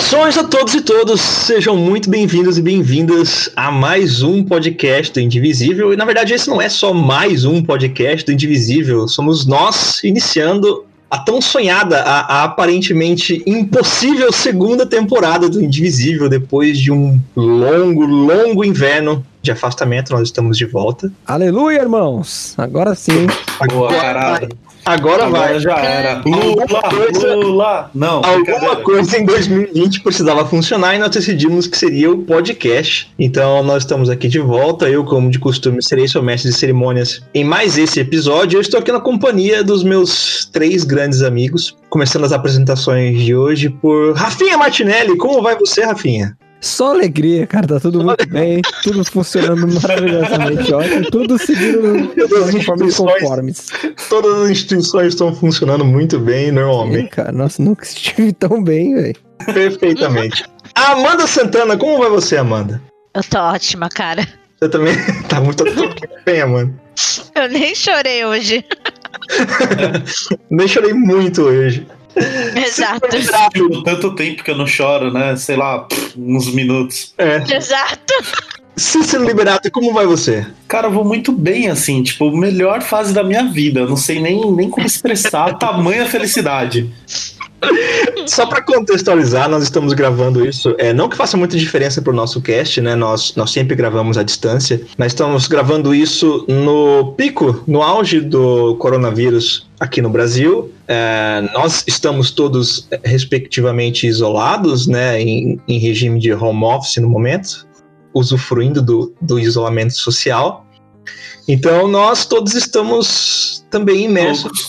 Saudações a todos e todas, sejam muito bem-vindos e bem-vindas a mais um podcast do Indivisível. E na verdade esse não é só mais um podcast do Indivisível, somos nós iniciando a tão sonhada, a aparentemente impossível segunda temporada do Indivisível. Depois de um longo inverno de afastamento, nós estamos de volta. Aleluia, irmãos! Agora sim. Boa, caralho. Agora vai. Já era. Lula. Não. Alguma coisa em 2020 precisava funcionar e nós decidimos que seria o podcast. Então nós estamos aqui de volta. Eu, como de costume, serei seu mestre de cerimônias em mais esse episódio. Eu estou aqui na companhia dos meus 3 grandes amigos. Começando as apresentações de hoje por Rafinha Martinelli. Como vai você, Rafinha? Só alegria, cara, tá tudo muito bem, tudo funcionando maravilhosamente ótimo, tudo seguindo os conformes. Todas as instituições estão funcionando muito bem, normalmente. Sim, cara, nossa, nunca estive tão bem, velho. Perfeitamente. Amanda Santana, como vai você, Amanda? Eu tô ótima, cara. Você também tá muito bem, Amanda. Eu nem chorei hoje. Nem chorei muito hoje. Exato. Tanto tempo que eu não choro, né? Sei lá, uns minutos. Exato. Cícero Liberato, como vai você? Cara, eu vou muito bem, assim, tipo, melhor fase da minha vida. Eu não sei nem como expressar a tamanha felicidade. Só para contextualizar, nós estamos gravando isso, não que faça muita diferença pro nosso cast, né? Nós sempre gravamos à distância. Nós estamos gravando isso no pico, no auge do coronavírus aqui no Brasil. Nós estamos todos respectivamente isolados, né? Em regime de home office no momento, usufruindo do isolamento social. Então nós todos estamos também imersos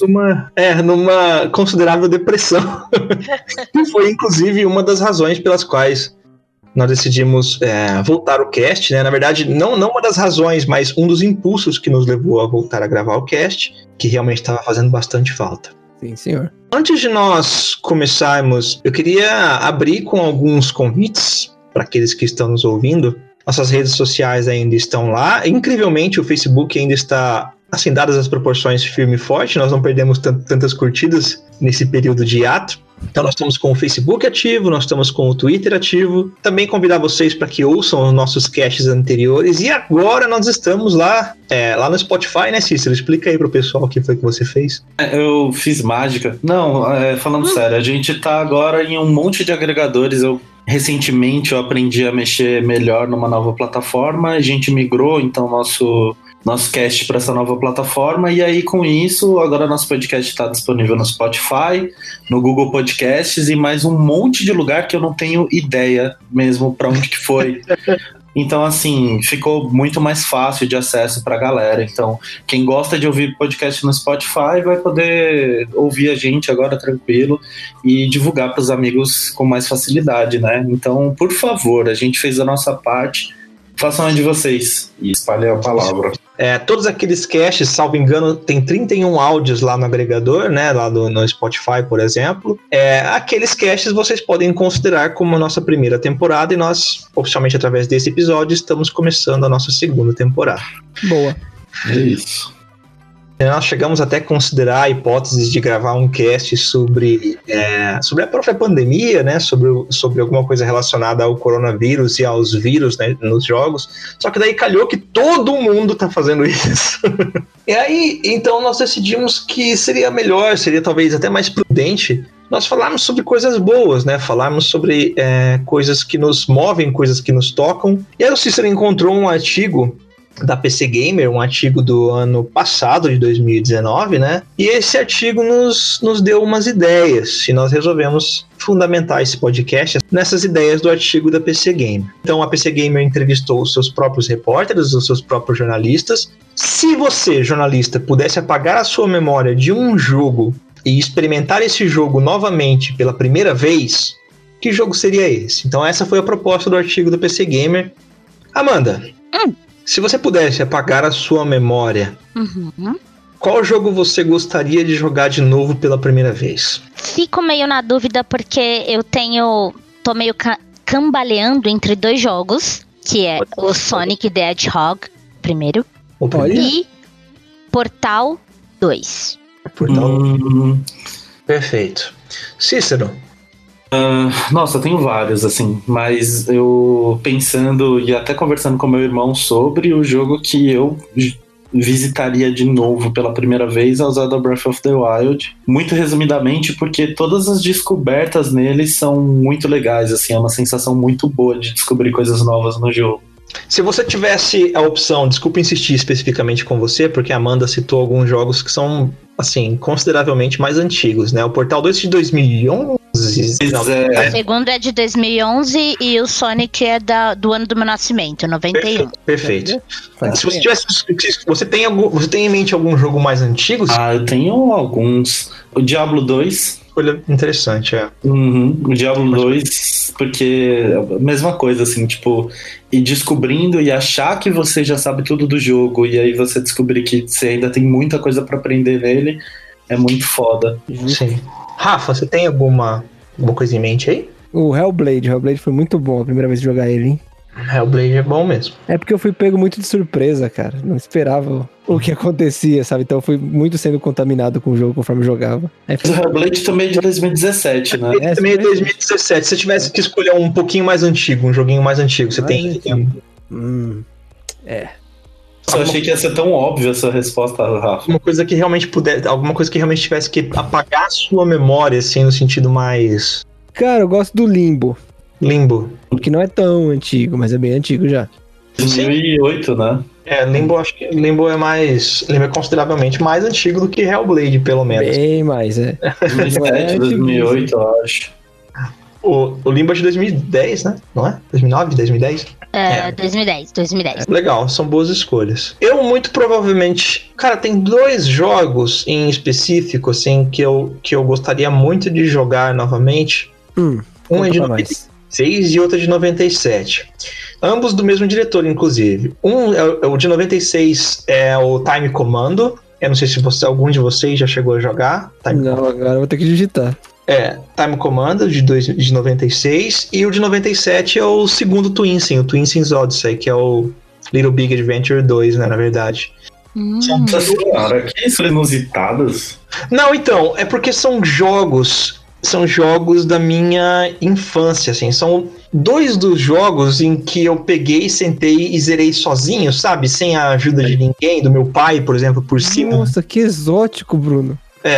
numa considerável depressão. Que foi inclusive uma das razões pelas quais nós decidimos voltar o cast, né? Na verdade, não uma das razões, mas um dos impulsos que nos levou a voltar a gravar o cast, que realmente estava fazendo bastante falta. Sim, senhor. Antes de nós começarmos, eu queria abrir com alguns convites para aqueles que estão nos ouvindo. Nossas redes sociais ainda estão lá. Incrivelmente, o Facebook ainda está, assim, dadas as proporções, firme e forte. Nós não perdemos tantas curtidas nesse período de hiato. Então nós estamos com o Facebook ativo, nós estamos com o Twitter ativo. Também convidar vocês para que ouçam os nossos casts anteriores. E agora nós estamos lá no Spotify, né, Cícero? Explica aí pro pessoal o que foi que você fez. Eu fiz mágica. Não, falando sério, a gente tá agora em um monte de agregadores. Recentemente eu aprendi a mexer melhor numa nova plataforma, a gente migrou então nosso cast para essa nova plataforma, e aí com isso agora nosso podcast está disponível no Spotify, no Google Podcasts e mais um monte de lugar que eu não tenho ideia mesmo para onde que foi. Então, assim, ficou muito mais fácil de acesso pra galera. Então, quem gosta de ouvir podcast no Spotify vai poder ouvir a gente agora tranquilo e divulgar pros amigos com mais facilidade, né? Então, por favor, a gente fez a nossa parte. Façam a de vocês e espalhem a palavra. Todos aqueles casts, salvo engano, tem 31 áudios lá no agregador, né? Lá no Spotify, por exemplo. Aqueles casts vocês podem considerar como a nossa primeira temporada, e nós, oficialmente através desse episódio, estamos começando a nossa segunda temporada. Boa. É isso. Nós chegamos até a considerar a hipótese de gravar um cast sobre a própria pandemia, né? Sobre alguma coisa relacionada ao coronavírus e aos vírus, né, nos jogos. Só que daí calhou que todo mundo tá fazendo isso. E aí, então nós decidimos que seria melhor, seria talvez até mais prudente nós falarmos sobre coisas boas, né? Falarmos sobre coisas que nos movem, coisas que nos tocam. E aí o Cícero encontrou um artigo da PC Gamer, um artigo do ano passado, de 2019, né? E esse artigo nos deu umas ideias, e nós resolvemos fundamentar esse podcast nessas ideias do artigo da PC Gamer. Então a PC Gamer entrevistou os seus próprios repórteres, os seus próprios jornalistas. Se você, jornalista, pudesse apagar a sua memória de um jogo e experimentar esse jogo novamente pela primeira vez, que jogo seria esse? Então essa foi a proposta do artigo da PC Gamer. Amanda, se você pudesse apagar a sua memória, qual jogo você gostaria de jogar de novo pela primeira vez? Fico meio na dúvida porque tô meio cambaleando entre 2 jogos, que é o Sonic the Hedgehog, primeiro, e Portal 2. Portal. Perfeito. Cícero, Nossa, eu tenho vários, assim, mas eu pensando e até conversando com meu irmão sobre o jogo que eu visitaria de novo pela primeira vez é o Zelda Breath of the Wild, muito resumidamente porque todas as descobertas nele são muito legais, assim, é uma sensação muito boa de descobrir coisas novas no jogo. Se você tivesse a opção, desculpa insistir especificamente com você, porque a Amanda citou alguns jogos que são, assim, consideravelmente mais antigos, né? O Portal 2 de 2011... O segundo é de 2011 e o Sonic é do ano do meu nascimento, 91. Perfeito. Se você tivesse... Você tem em mente algum jogo mais antigo? Eu tenho alguns. O Diablo 2... Olha, interessante, O Diablo 2, porque a mesma coisa, assim, tipo, ir descobrindo e achar que você já sabe tudo do jogo, e aí você descobrir que você ainda tem muita coisa pra aprender nele, é muito foda. Sim. Rafa, você tem alguma coisa em mente aí? O Hellblade foi muito bom a primeira vez de jogar ele, hein? Hellblade é bom mesmo. É porque eu fui pego muito de surpresa, cara. Não esperava o que acontecia, sabe? Então eu fui muito sendo contaminado com o jogo conforme jogava. Mas o Hellblade também é de 2017, né? Ele também é de 2017. Se você tivesse que escolher um pouquinho mais antigo, um joguinho mais antigo, você tem tempo. Eu achei que ia ser tão óbvio essa resposta, Rafa. Alguma coisa que realmente tivesse que apagar a sua memória, assim, no sentido mais... Cara, eu gosto do Limbo. Que não é tão antigo, mas é bem antigo já. 2008, né? Limbo, acho que Limbo é consideravelmente mais antigo do que Hellblade, pelo menos. Bem mais, 2007, 2008, eu acho. O Limbo é de 2010, né? Não é? 2009, 2010? 2010. Legal, são boas escolhas. Eu, muito provavelmente... Cara, tem 2 jogos em específico, assim, que eu gostaria muito de jogar novamente. Um é de 96 e outro é de 97. Ambos do mesmo diretor, inclusive. O de 96 é o Time Commando. Eu não sei se algum de vocês já chegou a jogar. Agora eu vou ter que digitar. Time Commando de 96. E o de 97 é o segundo Twin Sim, o Twin Sims Odyssey, que é o Little Big Adventure 2, né, na verdade. Cara, que isso, inusitadas? Não, então, é porque são jogos da minha infância, assim. São 2 dos jogos em que eu peguei, sentei e zerei sozinho, sabe? Sem a ajuda de ninguém, do meu pai, por exemplo, por cima. Nossa, que exótico, Bruno.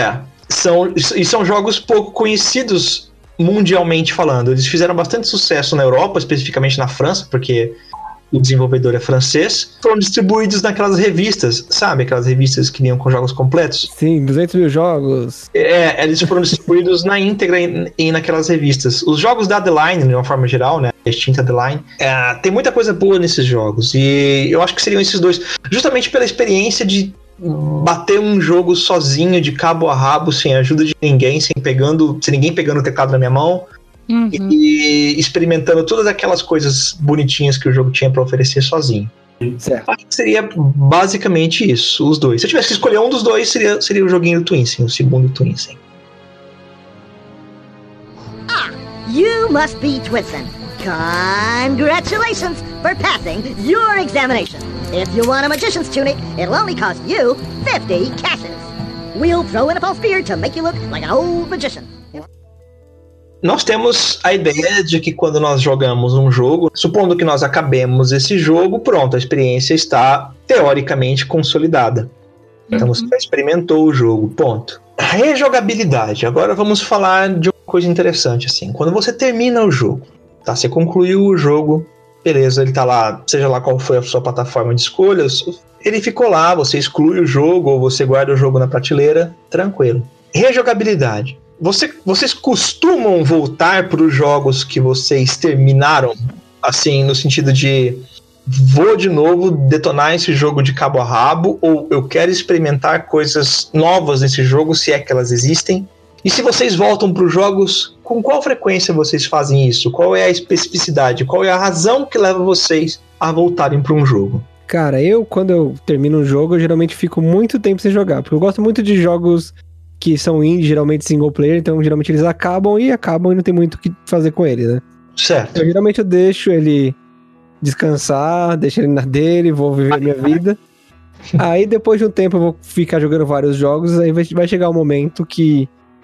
São jogos pouco conhecidos mundialmente falando. Eles fizeram bastante sucesso na Europa, especificamente na França, porque o desenvolvedor é francês. Foram distribuídos naquelas revistas, sabe? Aquelas revistas que vinham com jogos completos. Sim, 200 mil jogos. Eles foram distribuídos na íntegra naquelas revistas. Os jogos da Adeline, de uma forma geral, né? A extinta Adeline, tem muita coisa boa nesses jogos. E eu acho que seriam esses 2. Justamente pela experiência de bater um jogo sozinho, de cabo a rabo, sem ajuda de ninguém, sem ninguém pegando o teclado na minha mão. E experimentando todas aquelas coisas bonitinhas que o jogo tinha pra oferecer sozinho. Certo. Acho que seria basicamente isso, os 2. Se eu tivesse que escolher um dos 2, seria o joguinho do Twin Sim, o segundo Twin Sim. You must be Twinsen. Congratulations for passing your examination. If you want a magician's tunic, it'll only cost you 50 cashes. We'll throw in a false beard to make you look like an old magician. Nós temos a ideia de que quando nós jogamos um jogo, supondo que nós acabemos esse jogo, pronto, a experiência está teoricamente consolidada. Então você já experimentou o jogo, ponto. Rejogabilidade. Agora vamos falar de uma coisa interessante, assim. Quando você termina o jogo, tá? Você concluiu o jogo, beleza, ele tá lá, seja lá qual foi a sua plataforma de escolhas, ele ficou lá, você exclui o jogo ou você guarda o jogo na prateleira, tranquilo. Rejogabilidade. Vocês costumam voltar para os jogos que vocês terminaram, assim, no sentido de vou de novo detonar esse jogo de cabo a rabo, ou eu quero experimentar coisas novas nesse jogo, se é que elas existem? E se vocês voltam para os jogos, com qual frequência vocês fazem isso? Qual é a especificidade? Qual é a razão que leva vocês a voltarem para um jogo? Cara, quando eu termino um jogo, eu geralmente fico muito tempo sem jogar, porque eu gosto muito de jogos que são indie, geralmente single player, então geralmente eles acabam e não tem muito o que fazer com ele, né? Certo. Então geralmente eu deixo ele descansar, deixo ele na dele, vou viver a minha vida. Aí depois de um tempo eu vou ficar jogando vários jogos, aí vai chegar um momento que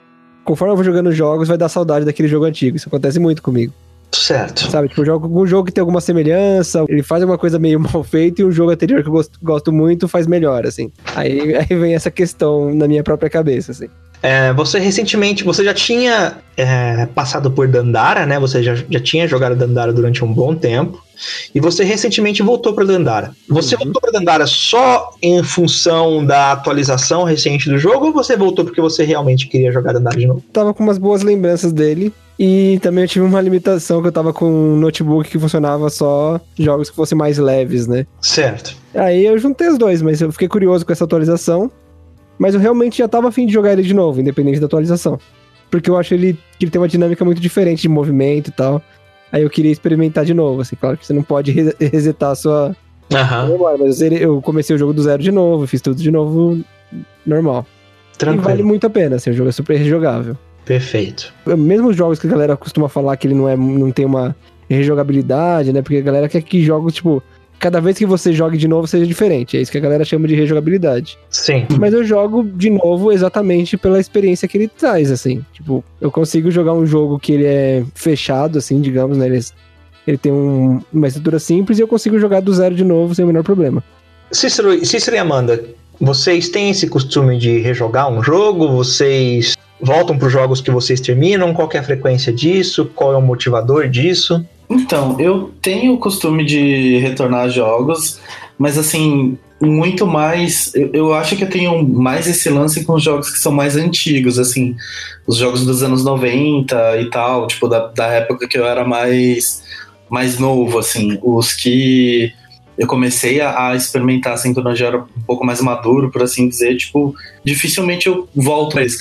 conforme eu vou jogando jogos, vai dar saudade daquele jogo antigo. Isso acontece muito comigo. Certo. Sabe, tipo, eu jogo algum jogo que tem alguma semelhança, ele faz alguma coisa meio mal feita e um jogo anterior que eu gosto muito faz melhor, assim. Aí vem essa questão na minha própria cabeça, assim. Você recentemente, você já tinha passado por Dandara, né? Você já tinha jogado Dandara durante um bom tempo. E você recentemente voltou para Dandara. Você voltou para Dandara só em função da atualização recente do jogo ou você voltou porque você realmente queria jogar Dandara de novo? Tava com umas boas lembranças dele. E também eu tive uma limitação que eu tava com um notebook que funcionava só jogos que fossem mais leves, né? Certo. Aí eu juntei os dois, mas eu fiquei curioso com essa atualização. Mas eu realmente já tava a fim de jogar ele de novo, independente da atualização. Porque eu acho que ele tem uma dinâmica muito diferente de movimento e tal. Aí eu queria experimentar de novo, assim. Claro que você não pode resetar a sua memória, mas eu comecei o jogo do zero de novo, fiz tudo de novo normal. Tranquilo. E vale muito a pena, assim, o jogo é super rejogável. Perfeito. Mesmo os jogos que a galera costuma falar que ele não tem uma rejogabilidade, né? Porque a galera quer que jogos, tipo, cada vez que você jogue de novo seja diferente. É isso que a galera chama de rejogabilidade. Sim. Mas eu jogo de novo exatamente pela experiência que ele traz, assim. Tipo, eu consigo jogar um jogo que ele é fechado, assim, digamos, né? Ele tem uma estrutura simples e eu consigo jogar do zero de novo sem o menor problema. Cícero e Amanda, vocês têm esse costume de rejogar um jogo? Vocês voltam para os jogos que vocês terminam? Qual que é a frequência disso? Qual é o motivador disso? Então, eu tenho o costume de retornar a jogos, mas assim, muito mais... Eu acho que eu tenho mais esse lance com os jogos que são mais antigos, assim, os jogos dos anos 90 e tal, tipo, da época que eu era mais novo, assim, os que eu comecei a experimentar, assim, quando eu já era um pouco mais maduro, por assim dizer, tipo, dificilmente eu volto a isso,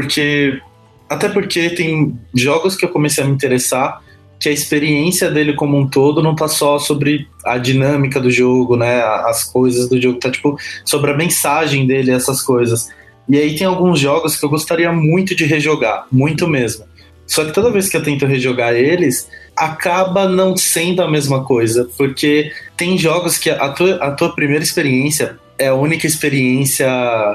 até porque tem jogos que eu comecei a me interessar que a experiência dele como um todo não tá só sobre a dinâmica do jogo, né, as coisas do jogo, tá tipo sobre a mensagem dele, essas coisas. E aí tem alguns jogos que eu gostaria muito de rejogar, muito mesmo. Só que toda vez que eu tento rejogar eles, acaba não sendo a mesma coisa, porque tem jogos que a tua primeira experiência é a única experiência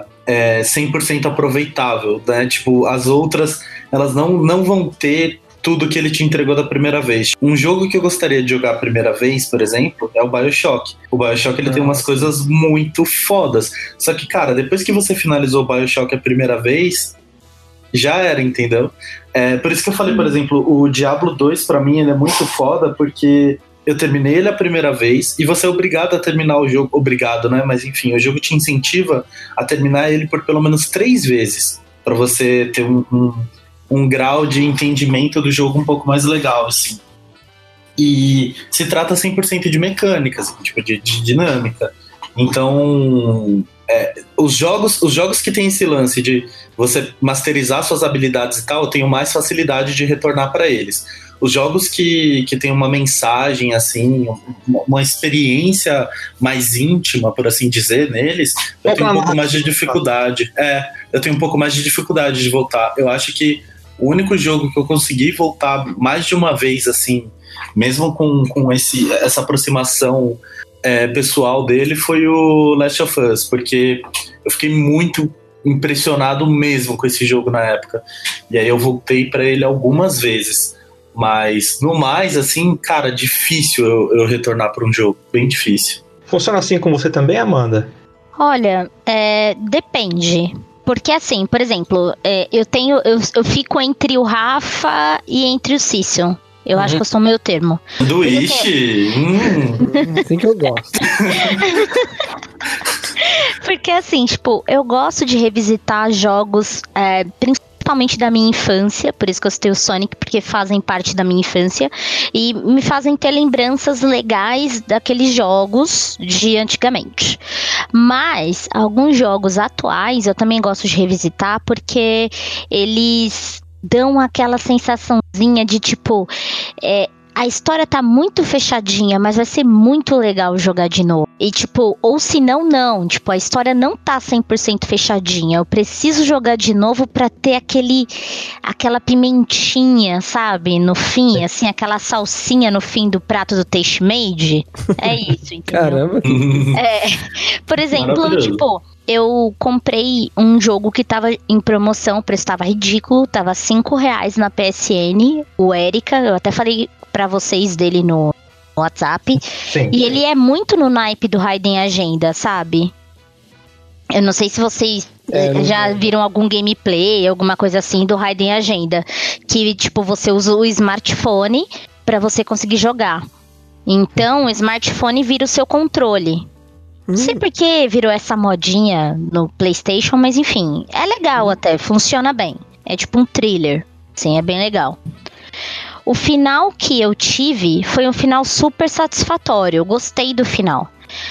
100% aproveitável, né? Tipo, as outras, elas não vão ter tudo que ele te entregou da primeira vez. Um jogo que eu gostaria de jogar a primeira vez, por exemplo, é o BioShock. O BioShock, ele tem umas coisas muito fodas. Só que, cara, depois que você finalizou o BioShock a primeira vez, já era, entendeu? Por isso que eu falei, por exemplo, o Diablo 2, pra mim, ele é muito foda, porque eu terminei ele a primeira vez, e você é obrigado a terminar o jogo, obrigado, né? Mas enfim, o jogo te incentiva a terminar ele por pelo menos 3 vezes, pra você ter um grau de entendimento do jogo um pouco mais legal, assim. E se trata 100% de mecânica, assim, tipo, de dinâmica. Então, os jogos que tem esse lance de você masterizar suas habilidades e tal, eu tenho mais facilidade de retornar para eles. Os jogos que tem uma mensagem, assim, uma experiência mais íntima, por assim dizer, neles, eu tenho um pouco mais de dificuldade. Eu tenho um pouco mais de dificuldade de voltar. Eu acho que o único jogo que eu consegui voltar mais de uma vez, assim, mesmo com essa aproximação pessoal dele, foi o Last of Us, porque eu fiquei muito impressionado mesmo com esse jogo na época. E aí eu voltei pra ele algumas vezes. Mas, no mais, assim, cara, difícil eu retornar pra um jogo. Bem difícil. Funciona assim com você também, Amanda? Olha, depende. Porque assim, por exemplo, eu fico entre o Rafa e entre o Cício. Eu acho que eu sou o meio termo. Ixi! Assim que eu gosto. Porque assim, tipo, eu gosto de revisitar jogos, principalmente da minha infância, por isso que eu citei o Sonic, porque fazem parte da minha infância, e me fazem ter lembranças legais daqueles jogos de antigamente. Mas, alguns jogos atuais eu também gosto de revisitar, porque eles dão aquela sensaçãozinha de tipo, a história tá muito fechadinha, mas vai ser muito legal jogar de novo. E tipo, ou se não, tipo, a história não tá 100% fechadinha. Eu preciso jogar de novo pra ter aquela pimentinha, sabe? No fim, assim, aquela salsinha no fim do prato do Taste Made. É isso, entendeu? Caramba. Por exemplo, tipo, eu comprei um jogo que tava em promoção, o preço tava ridículo, tava R$5 na PSN, o Erika, eu até falei pra vocês dele no WhatsApp. Sim. E ele é muito no naipe do Raiden Agenda, sabe? Eu não sei se vocês já viram algum gameplay, alguma coisa assim do Raiden Agenda. Que, tipo, você usa o smartphone pra você conseguir jogar. Então, o smartphone vira o seu controle. Não sei por que virou essa modinha no PlayStation, mas enfim, é legal até, funciona bem. É tipo um thriller, sim, é bem legal. O final que eu tive foi um final super satisfatório, eu gostei do final.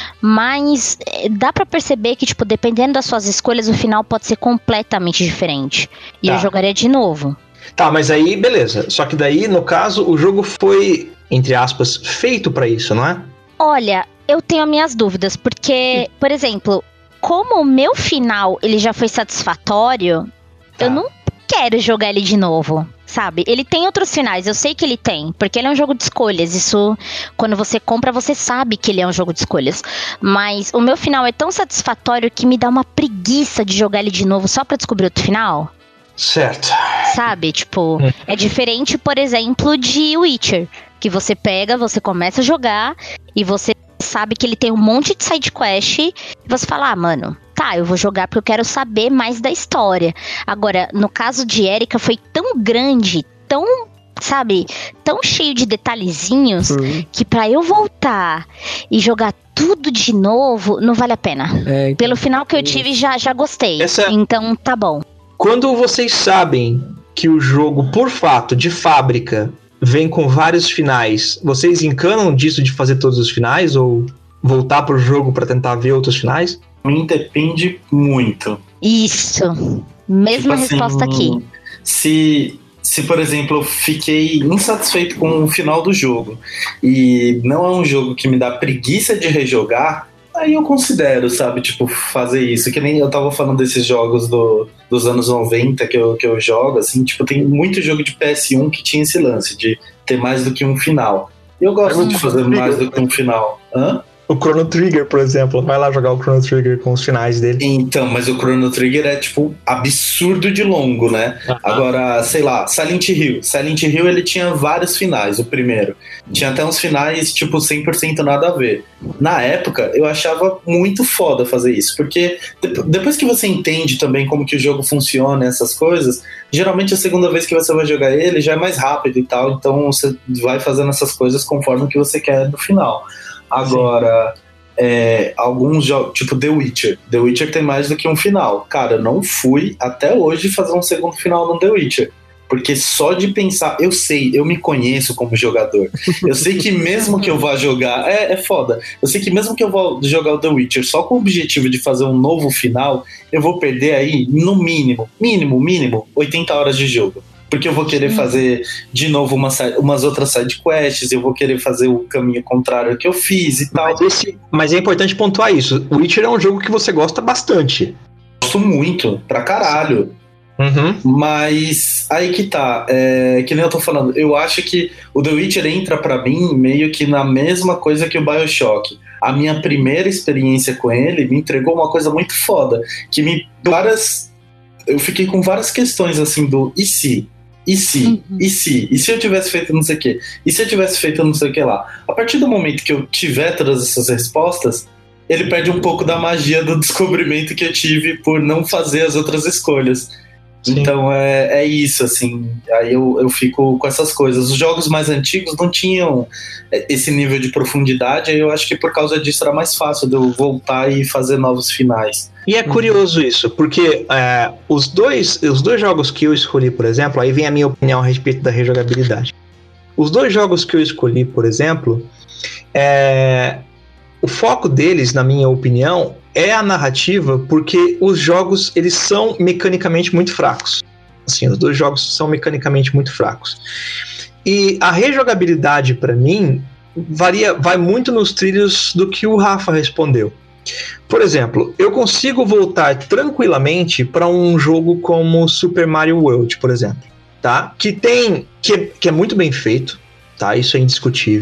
Mas dá pra perceber que, tipo, dependendo das suas escolhas, o final pode ser completamente diferente. E eu jogaria de novo. Tá, mas aí, beleza. Só que daí, no caso, o jogo foi, entre aspas, feito pra isso, não é? Olha, eu tenho minhas dúvidas, porque, por exemplo, como o meu final ele já foi satisfatório, eu não quero jogar ele de novo, sabe? Ele tem outros finais, eu sei que ele tem, porque ele é um jogo de escolhas. Isso, quando você compra, você sabe que ele é um jogo de escolhas. Mas o meu final é tão satisfatório que me dá uma preguiça de jogar ele de novo só pra descobrir outro final. Certo. Sabe? Tipo, é diferente, por exemplo, de Witcher, que você pega, você começa a jogar e você sabe que ele tem um monte de side quest e você fala, mano, tá, eu vou jogar porque eu quero saber mais da história. Agora, no caso de Erika, foi tão grande, tão, sabe, tão cheio de detalhezinhos que pra eu voltar e jogar tudo de novo, não vale a pena. Então, pelo final que eu tive, já gostei. Então, tá bom. Quando vocês sabem que o jogo, por fato, de fábrica, vem com vários finais, vocês encanam disso de fazer todos os finais ou voltar pro jogo pra tentar ver outros finais? Mim depende muito. Isso. Mesma tipo resposta assim, aqui. Se, por exemplo, eu fiquei insatisfeito com o final do jogo e não é um jogo que me dá preguiça de rejogar, aí eu considero, sabe, tipo, fazer isso. Que nem eu tava falando desses jogos dos anos 90 que eu jogo, assim, tipo, tem muito jogo de PS1 que tinha esse lance de ter mais do que um final. Eu gosto de fazer mais do que um final. O Chrono Trigger, por exemplo, vai lá jogar o Chrono Trigger com os finais dele. Então, mas o Chrono Trigger é, tipo, absurdo de longo, né? Agora, sei lá, Silent Hill. Silent Hill, ele tinha vários finais, o primeiro. Tinha até uns finais, tipo, 100% nada a ver. Na época, eu achava muito foda fazer isso, porque depois que você entende também como que o jogo funciona, essas coisas, geralmente a segunda vez que você vai jogar ele já é mais rápido e tal, então você vai fazendo essas coisas conforme o que você quer no final. Agora, alguns jogos, tipo The Witcher. The Witcher tem mais do que um final. Cara, eu não fui até hoje fazer um segundo final no The Witcher. Porque só de pensar, eu me conheço como jogador. Eu sei que mesmo que eu vá jogar, é foda. Eu sei que mesmo que eu vá jogar o The Witcher só com o objetivo de fazer um novo final, eu vou perder aí, no mínimo, 80 horas de jogo. Porque eu vou querer fazer de novo umas outras side quests, eu vou querer fazer o caminho contrário que eu fiz e tal. Mas é importante pontuar isso. O Witcher é um jogo que você gosta bastante. Gosto muito, pra caralho. Mas aí que tá, que nem eu tô falando, eu acho que o The Witcher entra pra mim meio que na mesma coisa que o BioShock. A minha primeira experiência com ele me entregou uma coisa muito foda, que eu fiquei com várias questões assim do e se? E se eu tivesse feito não sei o que? E se eu tivesse feito não sei o que lá? A partir do momento que eu tiver todas essas respostas, ele perde um pouco da magia do descobrimento que eu tive por não fazer as outras escolhas. Sim. Então é isso, assim. Aí eu fico com essas coisas. Os jogos mais antigos não tinham esse nível de profundidade, aí eu acho que por causa disso era mais fácil de eu voltar e fazer novos finais. E é curioso isso, porque os dois jogos que eu escolhi, por exemplo, aí vem a minha opinião a respeito da rejogabilidade. Os dois jogos que eu escolhi, por exemplo, o foco deles, na minha opinião, é a narrativa, porque os jogos, eles são mecanicamente muito fracos. Assim, os dois jogos são mecanicamente muito fracos. E a rejogabilidade, para mim, vai muito nos trilhos do que o Rafa respondeu. Por exemplo, eu consigo voltar tranquilamente para um jogo como Super Mario World, por exemplo, tá? Que é muito bem feito, tá? Isso é indiscutível.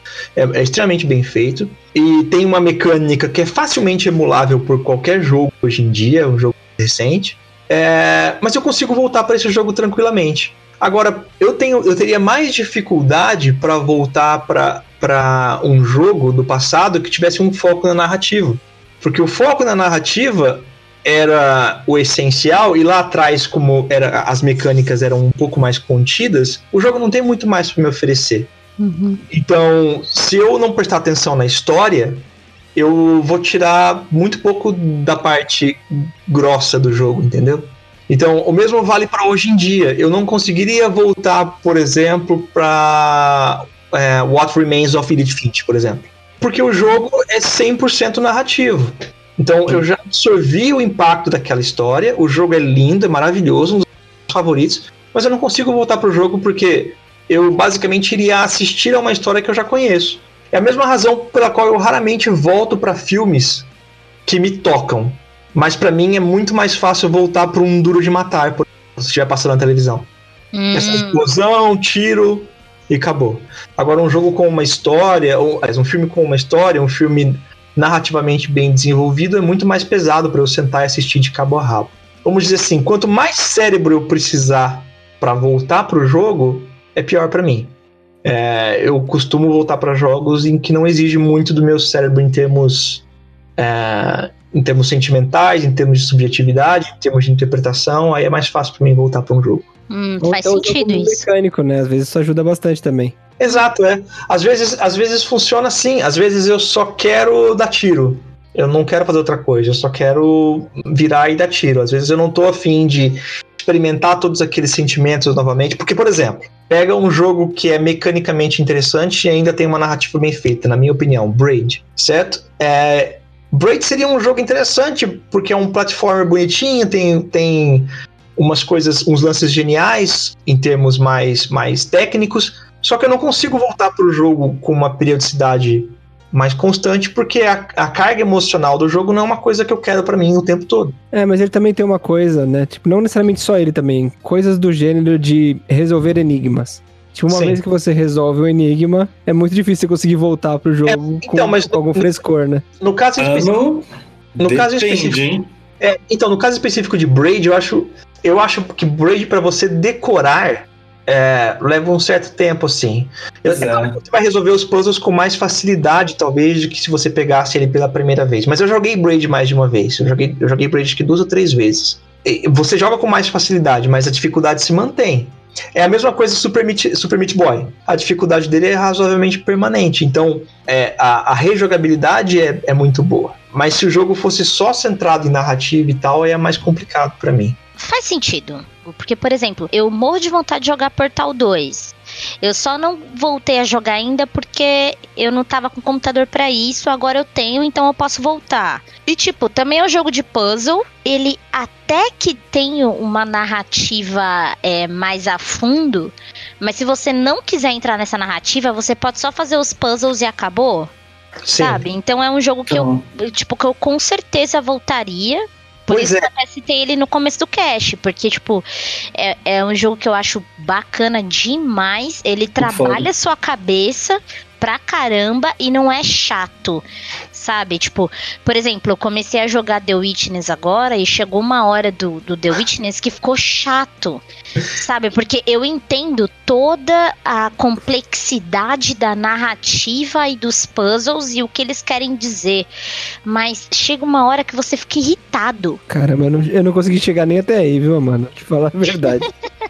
É extremamente bem feito. E tem uma mecânica que é facilmente emulável por qualquer jogo hoje em dia, um jogo recente. Mas eu consigo voltar para esse jogo tranquilamente. Agora, eu teria mais dificuldade para voltar para um jogo do passado que tivesse um foco na narrativa. Porque o foco na narrativa era o essencial, e lá atrás, como as mecânicas eram um pouco mais contidas, o jogo não tem muito mais para me oferecer. Então, se eu não prestar atenção na história, eu vou tirar muito pouco da parte grossa do jogo, entendeu? Então, o mesmo vale para hoje em dia. Eu não conseguiria voltar, por exemplo, para What Remains of Edith Finch, por exemplo. Porque o jogo é 100% narrativo. Então, eu já absorvi o impacto daquela história. O jogo é lindo, é maravilhoso, um dos meus favoritos. Mas eu não consigo voltar pro jogo porque eu basicamente iria assistir a uma história que eu já conheço. É a mesma razão pela qual eu raramente volto para filmes que me tocam. Mas pra mim é muito mais fácil voltar pra um Duro de Matar, por exemplo, se estiver passando na televisão. Essa explosão, tiro e acabou. Agora, um jogo com uma história, um filme com uma história, um filme narrativamente bem desenvolvido, é muito mais pesado pra eu sentar e assistir de cabo a rabo. Vamos dizer assim, quanto mais cérebro eu precisar pra voltar pro jogo, é pior pra mim. Eu costumo voltar pra jogos em que não exige muito do meu cérebro em termos sentimentais, em termos de subjetividade, em termos de interpretação. Aí é mais fácil pra mim voltar pra um jogo. Faz sentido isso. Mecânico, né? Às vezes isso ajuda bastante também. Exato, Às vezes funciona assim. Às vezes eu só quero dar tiro. Eu não quero fazer outra coisa. Eu só quero virar e dar tiro. Às vezes eu não tô afim de experimentar todos aqueles sentimentos novamente. Porque, por exemplo, pega um jogo que é mecanicamente interessante e ainda tem uma narrativa bem feita, na minha opinião, Braid, certo? Braid seria um jogo interessante, porque é um platformer bonitinho, tem umas coisas, uns lances geniais em termos mais técnicos, só que eu não consigo voltar pro jogo com uma periodicidade mais constante, porque a carga emocional do jogo não é uma coisa que eu quero pra mim o tempo todo. Mas ele também tem uma coisa, né? Tipo, não necessariamente só ele também, coisas do gênero de resolver enigmas. Tipo, uma vez que você resolve o enigma, é muito difícil você conseguir voltar pro jogo com algum frescor, né? No caso específico... No caso específico de Braid, eu acho que Braid, pra você decorar, leva um certo tempo, assim. Você vai resolver os puzzles com mais facilidade, talvez, do que se você pegasse ele pela primeira vez. Mas eu joguei Braid mais de uma vez. Eu joguei Braid acho que 2 ou 3 vezes. Você joga com mais facilidade, mas a dificuldade se mantém. É a mesma coisa Super Meat Boy. A dificuldade dele é razoavelmente permanente. Então, a rejogabilidade é muito boa. Mas se o jogo fosse só centrado em narrativa e tal, é mais complicado pra mim. Faz sentido. Porque, por exemplo, eu morro de vontade de jogar Portal 2. Eu só não voltei a jogar ainda porque eu não tava com computador pra isso. Agora eu tenho, então eu posso voltar. E tipo, também é um jogo de puzzle. Ele até que tem uma narrativa mais a fundo. Mas se você não quiser entrar nessa narrativa, você pode só fazer os puzzles e acabou. Sim. Sabe? Então é um jogo que eu com certeza voltaria. Por isso que eu até citei ele no começo do cast, porque, tipo, é um jogo que eu acho bacana demais. Ele trabalha a sua cabeça pra caramba e não é chato, sabe? Tipo, por exemplo, eu comecei a jogar The Witness agora e chegou uma hora do The Witness que ficou chato, sabe? Porque eu entendo toda a complexidade da narrativa e dos puzzles e o que eles querem dizer, mas chega uma hora que você fica irritado. Caramba, eu não consegui chegar nem até aí, viu, mano? Te falar a verdade.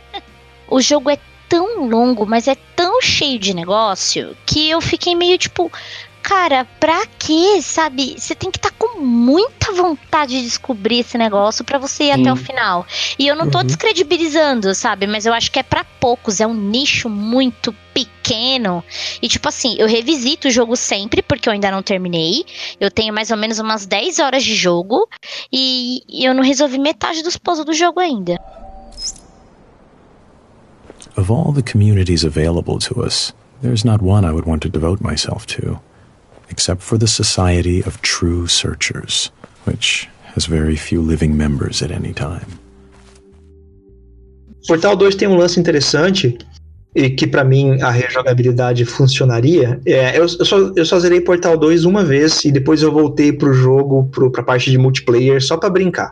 O jogo é tão longo, mas é tão cheio de negócio que eu fiquei meio tipo, cara, pra quê, sabe? Você tem que estar com muita vontade de descobrir esse negócio pra você ir até o final. E eu não tô descredibilizando, sabe? Mas eu acho que é pra poucos, é um nicho muito pequeno. E tipo assim, eu revisito o jogo sempre, porque eu ainda não terminei. Eu tenho mais ou menos umas 10 horas de jogo e eu não resolvi metade dos puzzles do jogo ainda. Of all the communities available to us, there's not one I would want to devote myself to, except for the Society of True Searchers, which has very few living members at any time. Portal 2 tem um lance interessante. e que pra mim a rejogabilidade funcionaria, eu só zerei Portal 2 uma vez e depois eu voltei pro jogo, pra parte de multiplayer, só pra brincar.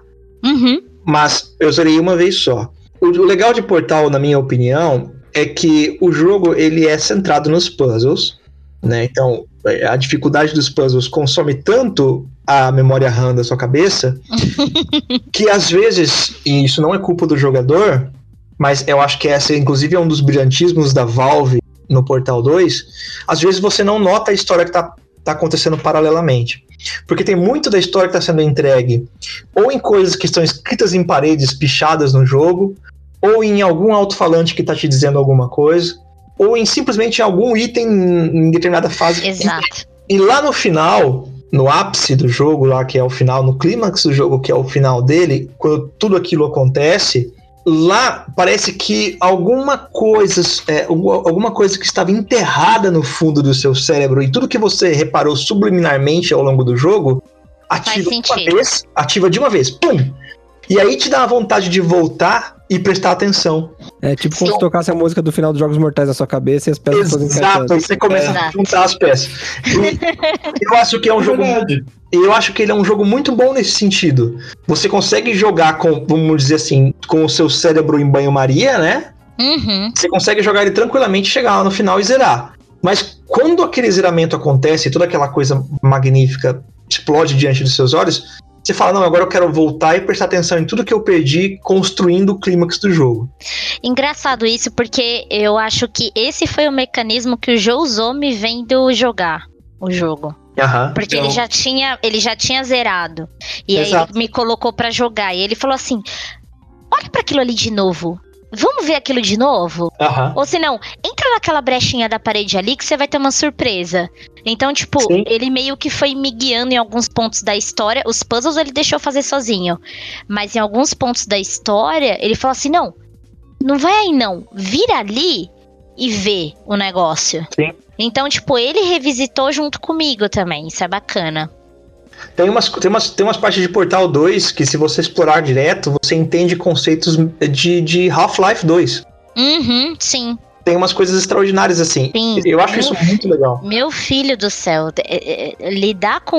Mas eu zerei uma vez só. O legal de Portal, na minha opinião, é que o jogo ele é centrado nos puzzles, né? Então, a dificuldade dos puzzles consome tanto a memória RAM da sua cabeça que às vezes, e isso não é culpa do jogador, mas eu acho que essa, inclusive, é um dos brilhantismos da Valve no Portal 2, às vezes você não nota a história que tá acontecendo paralelamente. Porque tem muito da história que está sendo entregue ou em coisas que estão escritas em paredes pichadas no jogo, ou em algum alto-falante que está te dizendo alguma coisa, ou em simplesmente algum item em determinada fase. Exato. E lá no final, no ápice do jogo, lá que é o final, no clímax do jogo, que é o final dele, quando tudo aquilo acontece, lá parece que alguma coisa que estava enterrada no fundo do seu cérebro e tudo que você reparou subliminarmente ao longo do jogo ativa de uma vez, pum! E aí te dá a vontade de voltar e prestar atenção. É tipo como se tocasse a música do final dos Jogos Mortais na sua cabeça e as peças fossem encaixando. Exato, aí você começa a juntar as peças. E eu acho que é um jogo... Eu acho que ele é um jogo muito bom nesse sentido. Você consegue jogar com, vamos dizer assim, com o seu cérebro em banho-maria, né? Você consegue jogar ele tranquilamente, chegar lá no final e zerar. Mas quando aquele zeramento acontece e toda aquela coisa magnífica explode diante dos seus olhos, você fala, não, agora eu quero voltar e prestar atenção em tudo que eu perdi construindo o clímax do jogo. Engraçado isso, porque eu acho que esse foi o mecanismo que o Joe usou me vendo jogar o jogo. Porque então... ele já tinha zerado. E Exato. Aí ele me colocou pra jogar. E ele falou assim, olha pra aquilo ali de novo. Vamos ver aquilo de novo? Ou se não, entra naquela brechinha da parede ali que você vai ter uma surpresa. Então, tipo, Sim. Ele meio que foi me guiando em alguns pontos da história. Os puzzles ele deixou fazer sozinho. Mas em alguns pontos da história, ele falou assim, não vai aí não. Vira ali e vê o negócio. Sim. Então, tipo, ele revisitou junto comigo também. Isso é bacana. Tem umas partes de Portal 2 que, se você explorar direto, você entende conceitos de Half-Life 2. Sim. Tem umas coisas extraordinárias, assim. Sim. Eu acho isso muito legal. Meu filho do céu, lidar com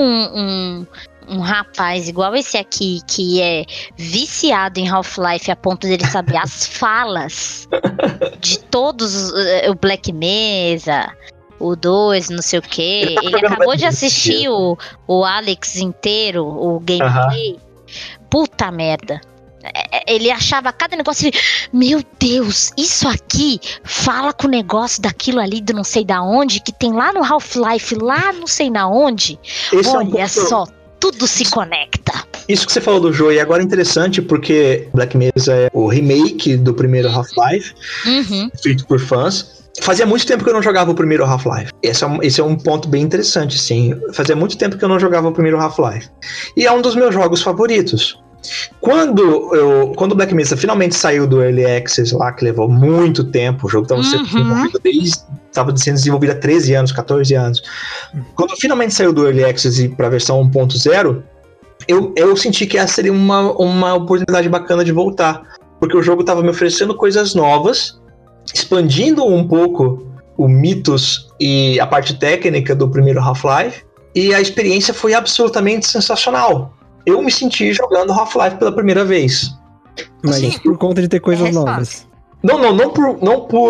um rapaz igual esse aqui, que é viciado em Half-Life a ponto dele saber as falas de todos, o Black Mesa... O 2, não sei o que. Ele acabou de assistir o Alex inteiro, o gameplay. Puta merda. Ele achava cada negócio. Meu Deus, isso aqui fala com o negócio daquilo ali do não sei da onde, que tem lá no Half-Life, lá não sei na onde. Olha só, tudo se conecta. Isso que você falou do jogo, e agora é interessante porque Black Mesa é o remake do primeiro Half-Life, feito por fãs. Fazia muito tempo que eu não jogava o primeiro Half-Life. Esse é um ponto bem interessante, sim. Fazia muito tempo que eu não jogava o primeiro Half-Life. E é um dos meus jogos favoritos. Quando o Black Mesa finalmente saiu do Early Access lá, que levou muito tempo, o jogo estava sendo desenvolvido há 13 anos, 14 anos. Quando finalmente saiu do Early Access para a versão 1.0, eu senti que essa seria uma oportunidade bacana de voltar. Porque o jogo estava me oferecendo coisas novas, expandindo um pouco o mitos e a parte técnica do primeiro Half-Life, e a experiência foi absolutamente sensacional. Eu me senti jogando Half-Life pela primeira vez. Mas por conta de ter coisas novas. Não por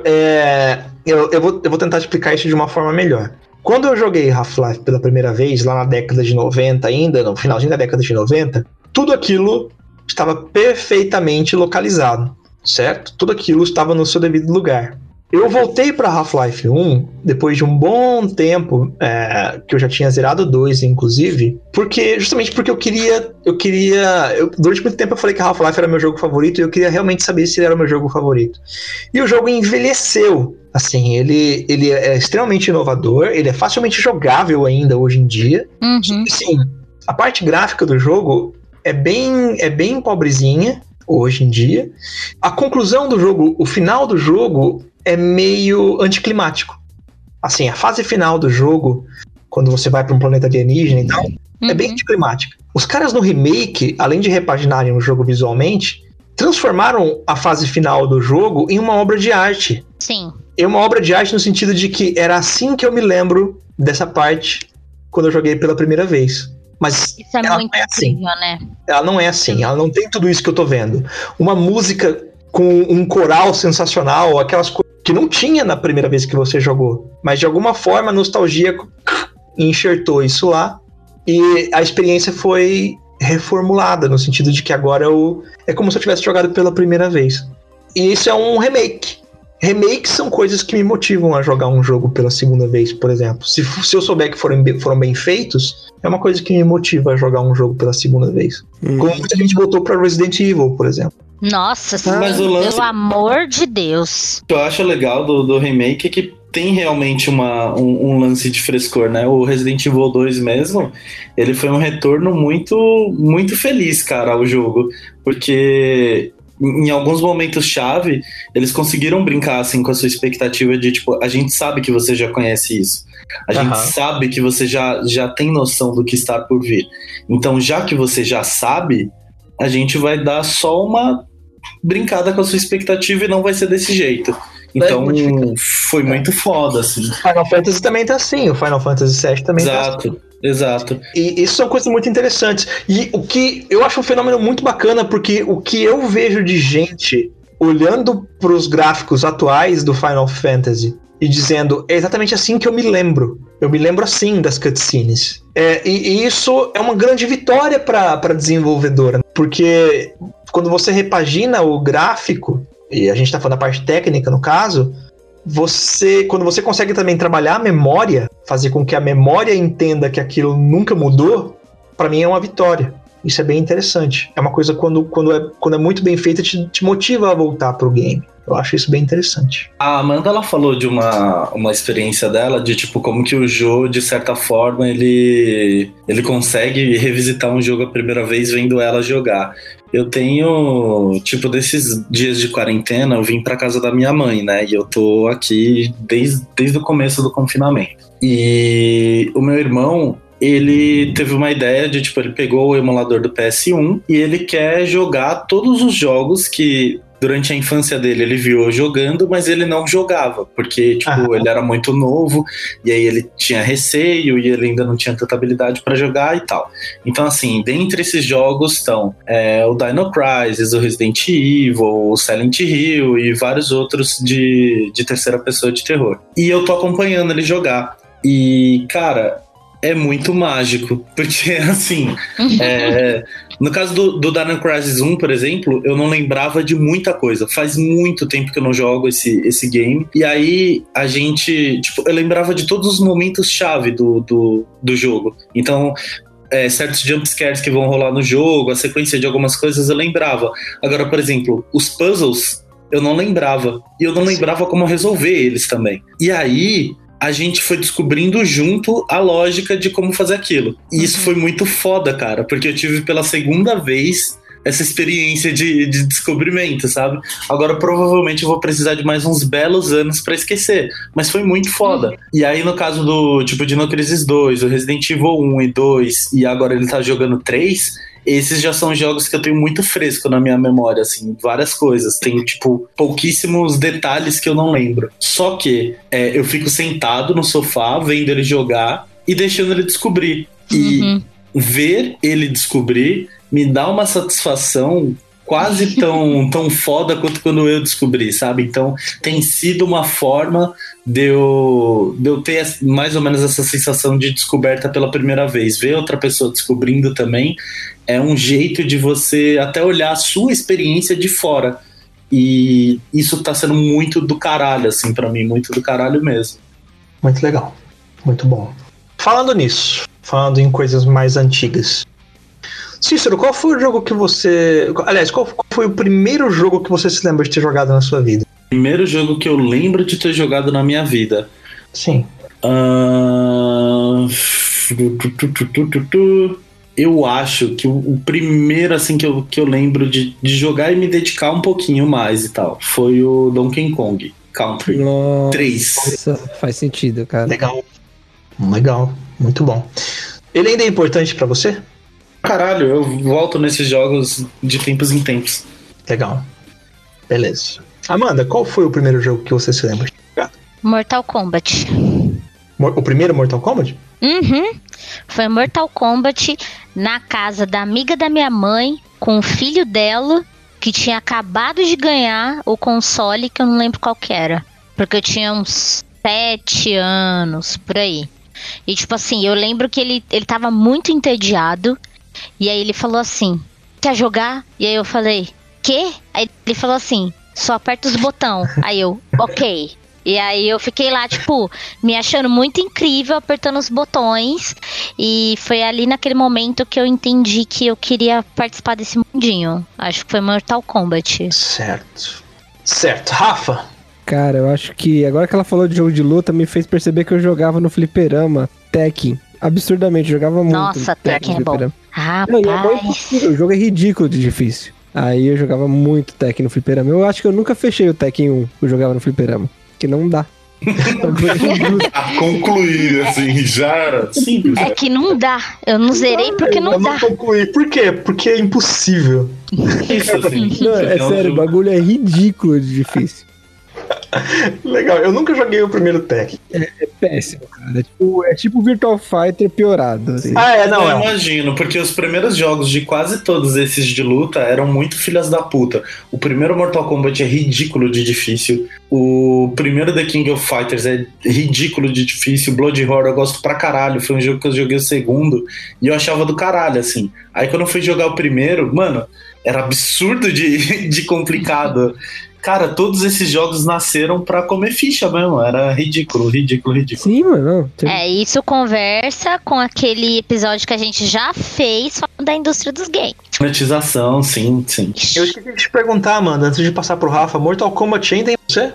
eu vou tentar explicar isso de uma forma melhor. Quando eu joguei Half-Life pela primeira vez, lá na década de 90 ainda, no finalzinho da década de 90, tudo aquilo estava perfeitamente localizado. Certo? Tudo aquilo estava no seu devido lugar. Eu voltei para Half-Life 1 depois de um bom tempo, que eu já tinha zerado 2, inclusive, justamente porque durante muito tempo eu falei que Half-Life era meu jogo favorito e eu queria realmente saber se ele era o meu jogo favorito. E o jogo envelheceu. Assim, ele é extremamente inovador, ele é facilmente jogável ainda hoje em dia. Sim, a parte gráfica do jogo é bem pobrezinha hoje em dia. A conclusão do jogo, o final do jogo é meio anticlimático. Assim, a fase final do jogo, quando você vai para um planeta alienígena e tal, é bem anticlimática. Os caras no remake, além de repaginarem o jogo visualmente, transformaram a fase final do jogo em uma obra de arte. Sim. É uma obra de arte no sentido de que era assim que eu me lembro dessa parte quando eu joguei pela primeira vez. Mas isso é ela muito não é assim. incrível, né? Ela não é assim, ela não tem tudo isso que eu tô vendo. Uma música com um coral sensacional, aquelas coisas que não tinha na primeira vez que você jogou. Mas de alguma forma a nostalgia enxertou isso lá e a experiência foi reformulada, no sentido de que agora é como se eu tivesse jogado pela primeira vez. E isso é um remake. Remakes são coisas que me motivam a jogar um jogo pela segunda vez, por exemplo. Se eu souber que foram bem feitos, é uma coisa que me motiva a jogar um jogo pela segunda vez. Como muita gente voltou pra Resident Evil, por exemplo. Nossa, mas o lance, pelo amor de Deus. O que eu acho legal do remake é que tem realmente um lance de frescor, né? O Resident Evil 2 mesmo, ele foi um retorno muito, muito feliz, cara, ao jogo. Porque em alguns momentos-chave, eles conseguiram brincar, assim, com a sua expectativa de, tipo, a gente sabe que você já conhece isso. A gente sabe que você já tem noção do que está por vir. Então, já que você já sabe, a gente vai dar só uma brincada com a sua expectativa e não vai ser desse jeito. Então, foi muito foda, assim. Final Fantasy também tá assim, o Final Fantasy VII também tá assim. Exato. E isso são coisas muito interessantes. E o que eu acho um fenômeno muito bacana, porque o que eu vejo de gente olhando pros gráficos atuais do Final Fantasy e dizendo, é exatamente assim que eu me lembro. Eu me lembro assim das cutscenes. E isso é uma grande vitória pra desenvolvedora, porque quando você repagina o gráfico, e a gente tá falando da parte técnica no caso, quando você consegue também trabalhar a memória, fazer com que a memória entenda que aquilo nunca mudou, pra mim é uma vitória. Isso é bem interessante. É uma coisa quando é muito bem feita, te motiva a voltar pro game. Eu acho isso bem interessante. A Amanda, ela falou de uma experiência dela, de tipo, como que o Joe, de certa forma, ele consegue revisitar um jogo a primeira vez vendo ela jogar. Eu tenho, tipo, desses dias de quarentena, eu vim pra casa da minha mãe, né? E eu tô aqui desde o começo do confinamento. E o meu irmão, ele teve uma ideia de, tipo, ele pegou o emulador do PS1 e ele quer jogar todos os jogos que durante a infância dele ele viu eu jogando, mas ele não jogava, porque, tipo, ele era muito novo, e aí ele tinha receio, e ele ainda não tinha tanta habilidade pra jogar e tal. Então, assim, dentre esses jogos estão o Dino Crisis, o Resident Evil, o Silent Hill e vários outros de terceira pessoa de terror. E eu tô acompanhando ele jogar. E, cara, é muito mágico, porque, assim, no caso do Dino Crisis 1, por exemplo, eu não lembrava de muita coisa. Faz muito tempo que eu não jogo esse game. E aí, a gente, tipo, eu lembrava de todos os momentos-chave do jogo. Então, certos jumpscares que vão rolar no jogo, a sequência de algumas coisas eu lembrava. Agora, por exemplo, os puzzles eu não lembrava. E eu não lembrava como resolver eles também. E aí a gente foi descobrindo junto a lógica de como fazer aquilo. E isso foi muito foda, cara, porque eu tive pela segunda vez essa experiência de descobrimento, sabe? Agora provavelmente eu vou precisar de mais uns belos anos pra esquecer, mas foi muito foda. E aí no caso do, tipo, Dino Crisis 2, o Resident Evil 1 e 2, e agora ele tá jogando 3... esses já são jogos que eu tenho muito fresco na minha memória, assim, várias coisas. Tem, tipo, pouquíssimos detalhes que eu não lembro. Só que eu fico sentado no sofá, vendo ele jogar e deixando ele descobrir. E ver ele descobrir me dá uma satisfação quase tão foda quanto quando eu descobri, sabe? Então tem sido uma forma de eu ter mais ou menos essa sensação de descoberta pela primeira vez. Ver outra pessoa descobrindo também é um jeito de você até olhar a sua experiência de fora. E isso tá sendo muito do caralho, assim, pra mim, muito do caralho mesmo. Muito legal, muito bom. Falando nisso, falando em coisas mais antigas, Cícero, qual foi o jogo que você... Aliás, qual foi o primeiro jogo que você se lembra de ter jogado na sua vida? Primeiro jogo que eu lembro de ter jogado na minha vida? Sim. Eu acho que o primeiro, assim, que eu lembro de jogar e me dedicar um pouquinho mais e tal, foi o Donkey Kong Country 3. Nossa, faz sentido, cara. Legal, muito bom. Ele ainda é importante pra você? Caralho, eu volto nesses jogos de tempos em tempos. Legal. Beleza. Amanda, qual foi o primeiro jogo que você se lembra de jogar? Mortal Kombat. O primeiro Mortal Kombat? Uhum. Foi Mortal Kombat na casa da amiga da minha mãe, com o filho dela, que tinha acabado de ganhar o console, que eu não lembro qual que era. Porque eu tinha uns 7 anos, por aí. E tipo assim, eu lembro que ele tava muito entediado. E aí ele falou assim, quer jogar? E aí eu falei, quê? Aí ele falou assim, só aperta os botões. Aí eu, ok. E aí eu fiquei lá, tipo, me achando muito incrível, apertando os botões. E foi ali naquele momento que eu entendi que eu queria participar desse mundinho. Acho que foi Mortal Kombat. Certo. Rafa? Cara, eu acho que agora que ela falou de jogo de luta, me fez perceber que eu jogava no fliperama Tekken. Absurdamente, jogava muito. Nossa, Tekken é bom. Rapaz. O jogo é ridículo de difícil. Aí eu jogava muito Tekken no fliperama. Eu acho que eu nunca fechei o Tekken 1 que eu jogava no fliperama. Que não dá. A concluir, assim, já era simples. É que não dá. Eu não zerei porque não dá. Concluir. Por quê? Porque é impossível. Isso, assim. Não, é sério, o bagulho é ridículo de difícil. Legal, eu nunca joguei o primeiro Tekken. É péssimo, cara. É tipo Virtua Fighter piorado. Assim. Eu imagino, porque os primeiros jogos de quase todos esses de luta eram muito filhas da puta. O primeiro Mortal Kombat é ridículo de difícil. O primeiro The King of Fighters é ridículo de difícil. Blood Horror eu gosto pra caralho. Foi um jogo que eu joguei o segundo e eu achava do caralho, assim. Aí quando eu fui jogar o primeiro, mano, era absurdo de complicado. Cara, todos esses jogos nasceram pra comer ficha mesmo. Era ridículo. Sim, mano. Isso conversa com aquele episódio que a gente já fez falando da indústria dos games. Monetização, sim. Eu esqueci de te perguntar, Amanda, antes de passar pro Rafa, Mortal Kombat ainda em você?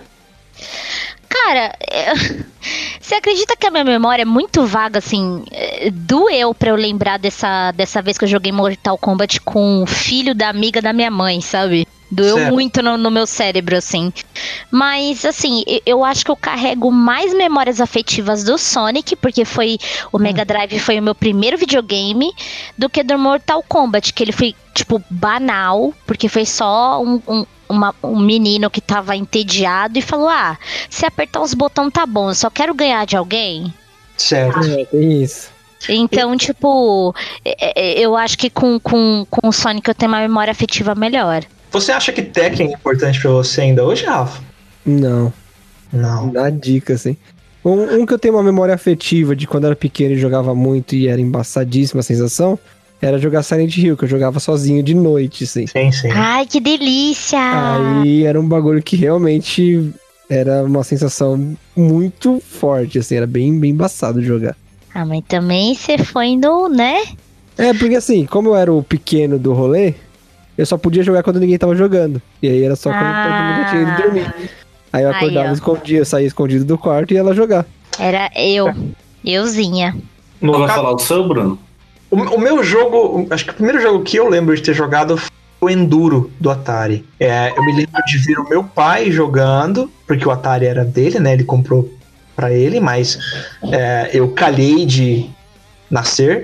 Cara, você acredita que a minha memória é muito vaga, assim? Doeu pra eu lembrar dessa vez que eu joguei Mortal Kombat com o filho da amiga da minha mãe, sabe? Doeu muito no meu cérebro, assim. Mas, assim, eu acho que eu carrego mais memórias afetivas do Sonic, porque o Mega Drive foi o meu primeiro videogame, do que do Mortal Kombat, que ele foi, tipo, banal, porque foi só um menino que tava entediado e falou, se apertar os botões tá bom, eu só quero ganhar de alguém. Certo. Tem isso. Então, tipo, eu acho que com o Sonic eu tenho uma memória afetiva melhor. Você acha que Tekken é importante pra você ainda hoje, Rafa? Não. Dá dica, assim. Um que eu tenho uma memória afetiva de quando eu era pequeno e jogava muito e era embaçadíssima a sensação, era jogar Silent Hill, que eu jogava sozinho de noite, assim. Sim. Ai, que delícia! Aí era um bagulho que realmente era uma sensação muito forte, assim, era bem embaçado de jogar. Mas também você foi no, né? Porque assim, como eu era o pequeno do rolê, eu só podia jogar quando ninguém tava jogando. E aí era só quando todo mundo tinha ido dormir. Aí eu acordava escondido, eu saía escondido do quarto e ia lá jogar. Era euzinha. Não vai falar do seu, Bruno? O meu jogo, acho que o primeiro jogo que eu lembro de ter jogado foi o Enduro do Atari. Eu me lembro de ver o meu pai jogando, porque o Atari era dele, né? Ele comprou pra ele, mas eu calhei de nascer.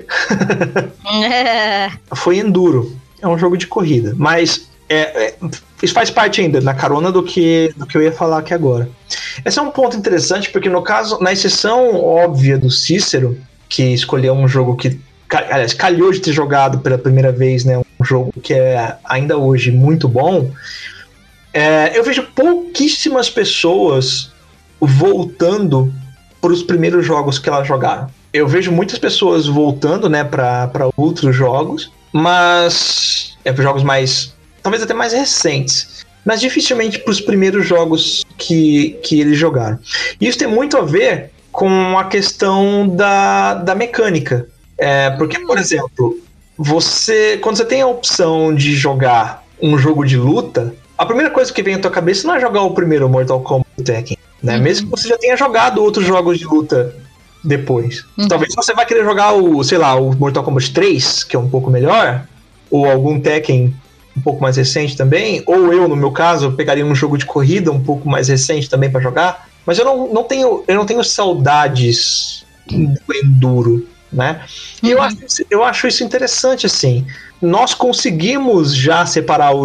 Foi Enduro. É um jogo de corrida, mas isso faz parte ainda na carona do que eu ia falar aqui agora. Esse é um ponto interessante, porque no caso, na exceção óbvia do Cícero, que escolheu um jogo que, aliás, calhou de ter jogado pela primeira vez, né, um jogo que é ainda hoje muito bom, eu vejo pouquíssimas pessoas voltando para os primeiros jogos que elas jogaram. Eu vejo muitas pessoas voltando, né, para outros jogos, mas jogos mais, talvez até mais recentes, mas dificilmente para os primeiros jogos que eles jogaram. E isso tem muito a ver com a questão da mecânica, porque, por exemplo, quando você tem a opção de jogar um jogo de luta, a primeira coisa que vem à tua cabeça não é jogar o primeiro Mortal Kombat Tekken, né? Mesmo que você já tenha jogado outros jogos de luta depois. Talvez você vai querer jogar o Mortal Kombat 3, que é um pouco melhor, ou algum Tekken um pouco mais recente também, ou eu, no meu caso, pegaria um jogo de corrida um pouco mais recente também pra jogar, mas eu não tenho saudades do Enduro, né? E eu acho isso interessante, assim. Nós conseguimos já separar o jogo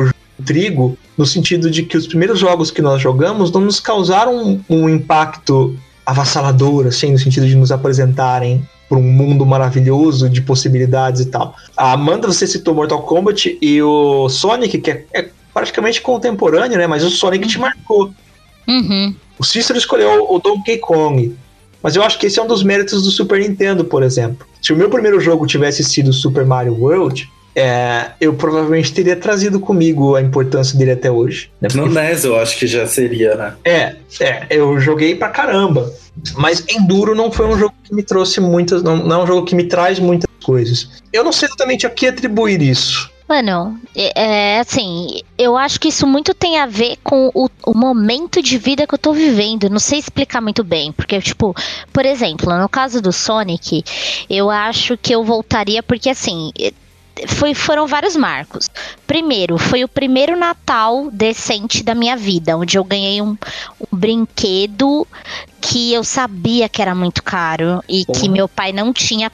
trigo, no sentido de que os primeiros jogos que nós jogamos não nos causaram um impacto avassalador, assim, no sentido de nos apresentarem por um mundo maravilhoso de possibilidades e tal. A Amanda, você citou Mortal Kombat e o Sonic, que é praticamente contemporâneo, né? Mas o Sonic te marcou. Uhum. O Cícero escolheu o Donkey Kong, mas eu acho que esse é um dos méritos do Super Nintendo, por exemplo. Se o meu primeiro jogo tivesse sido Super Mario World, eu provavelmente teria trazido comigo a importância dele até hoje. Né? No NES eu acho que já seria, né? Eu joguei pra caramba. Mas Enduro não foi um jogo que me trouxe muitas... Não é um jogo que me traz muitas coisas. Eu não sei exatamente a que atribuir isso. Mano, assim, eu acho que isso muito tem a ver com o momento de vida que eu tô vivendo. Não sei explicar muito bem, porque, tipo, por exemplo, no caso do Sonic, eu acho que eu voltaria porque, assim... Foram vários marcos. Primeiro, foi o primeiro Natal decente da minha vida, onde eu ganhei um brinquedo que eu sabia que era muito caro e que meu pai não tinha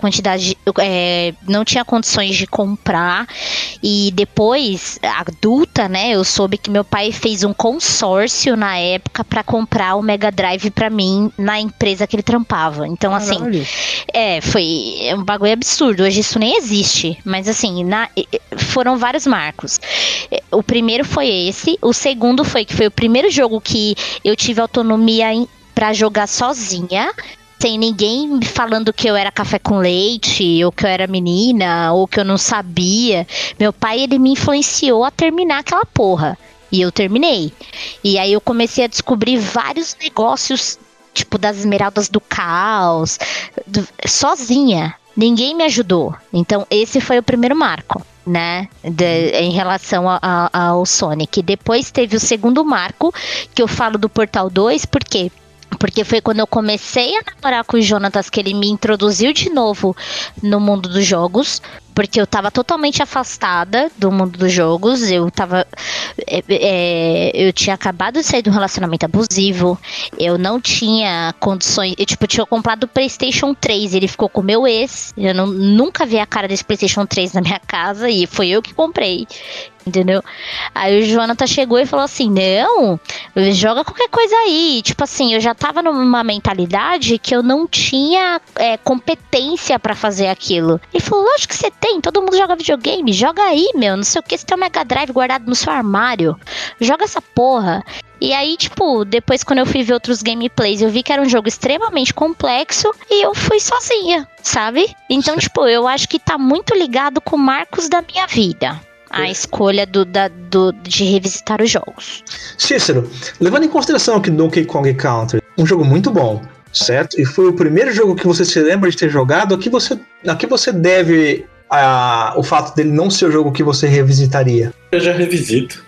não tinha condições de comprar. E depois, adulta, né, eu soube que meu pai fez um consórcio na época pra comprar o Mega Drive pra mim na empresa que ele trampava. Então, assim, foi um bagulho absurdo. Hoje isso nem existe, mas assim, foram vários marcos. O primeiro foi esse, o segundo foi o primeiro jogo que eu tive autonomia pra jogar sozinha, sem ninguém falando que eu era café com leite, ou que eu era menina, ou que eu não sabia. Meu pai, ele me influenciou a terminar aquela porra. E eu terminei. E aí eu comecei a descobrir vários negócios, tipo das Esmeraldas do Caos, sozinha. Ninguém me ajudou. Então esse foi o primeiro marco, né, em relação ao Sonic. Depois teve o segundo marco, que eu falo do Portal 2, por quê? Porque foi quando eu comecei a namorar com o Jonatas que ele me introduziu de novo no mundo dos jogos. Porque eu tava totalmente afastada do mundo dos jogos. Eu tinha acabado de sair de um relacionamento abusivo. Eu não tinha condições. Eu tinha comprado o PlayStation 3. Ele ficou com o meu ex. Eu nunca vi a cara desse PlayStation 3 na minha casa. E foi eu que comprei. Entendeu? Aí o Jonathan chegou e falou assim: não, joga qualquer coisa aí. Tipo assim, eu já tava numa mentalidade que eu não tinha competência pra fazer aquilo. Ele falou: lógico que você tem, todo mundo joga videogame, joga aí, meu, não sei o que, você tem um Mega Drive guardado no seu armário, joga essa porra. E aí, tipo, depois quando eu fui ver outros gameplays, eu vi que era um jogo extremamente complexo e eu fui sozinha, sabe? Então, tipo, eu acho que tá muito ligado com marcos da minha vida. A escolha de revisitar os jogos. Cícero, levando em consideração que Donkey Kong Country é um jogo muito bom, certo? E foi o primeiro jogo que você se lembra de ter jogado, a que você deve o fato dele não ser o jogo que você revisitaria? Eu já revisito.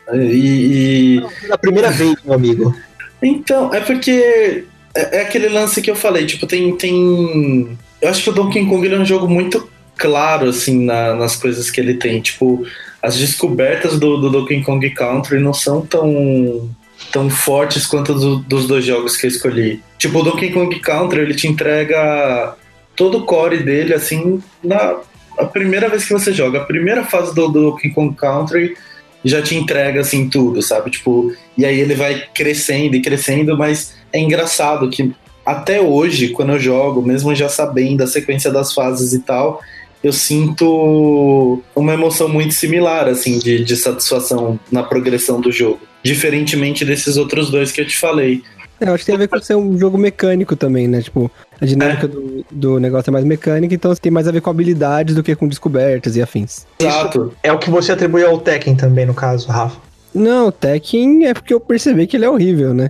Pela primeira vez, meu amigo. Então, é porque é aquele lance que eu falei, tipo, tem... Eu acho que o Donkey Kong ele é um jogo muito claro, assim, nas coisas que ele tem. Tipo, as descobertas do Donkey Kong Country não são tão fortes quanto dos dois jogos que eu escolhi. Tipo, o Donkey Kong Country, ele te entrega todo o core dele, assim, a primeira vez que você joga. A primeira fase do Donkey Kong Country já te entrega, assim, tudo, sabe? Tipo, e aí ele vai crescendo e crescendo, mas é engraçado que até hoje, quando eu jogo, mesmo já sabendo a sequência das fases e tal, eu sinto uma emoção muito similar, assim, de satisfação na progressão do jogo. Diferentemente desses outros dois que eu te falei. Eu acho que tem a ver com ser um jogo mecânico também, né? Tipo, a dinâmica do negócio é mais mecânica, então tem mais a ver com habilidades do que com descobertas e afins. Exato. Isso é o que você atribui ao Tekken também, no caso, Rafa. Não, o Tekken é porque eu percebi que ele é horrível, né?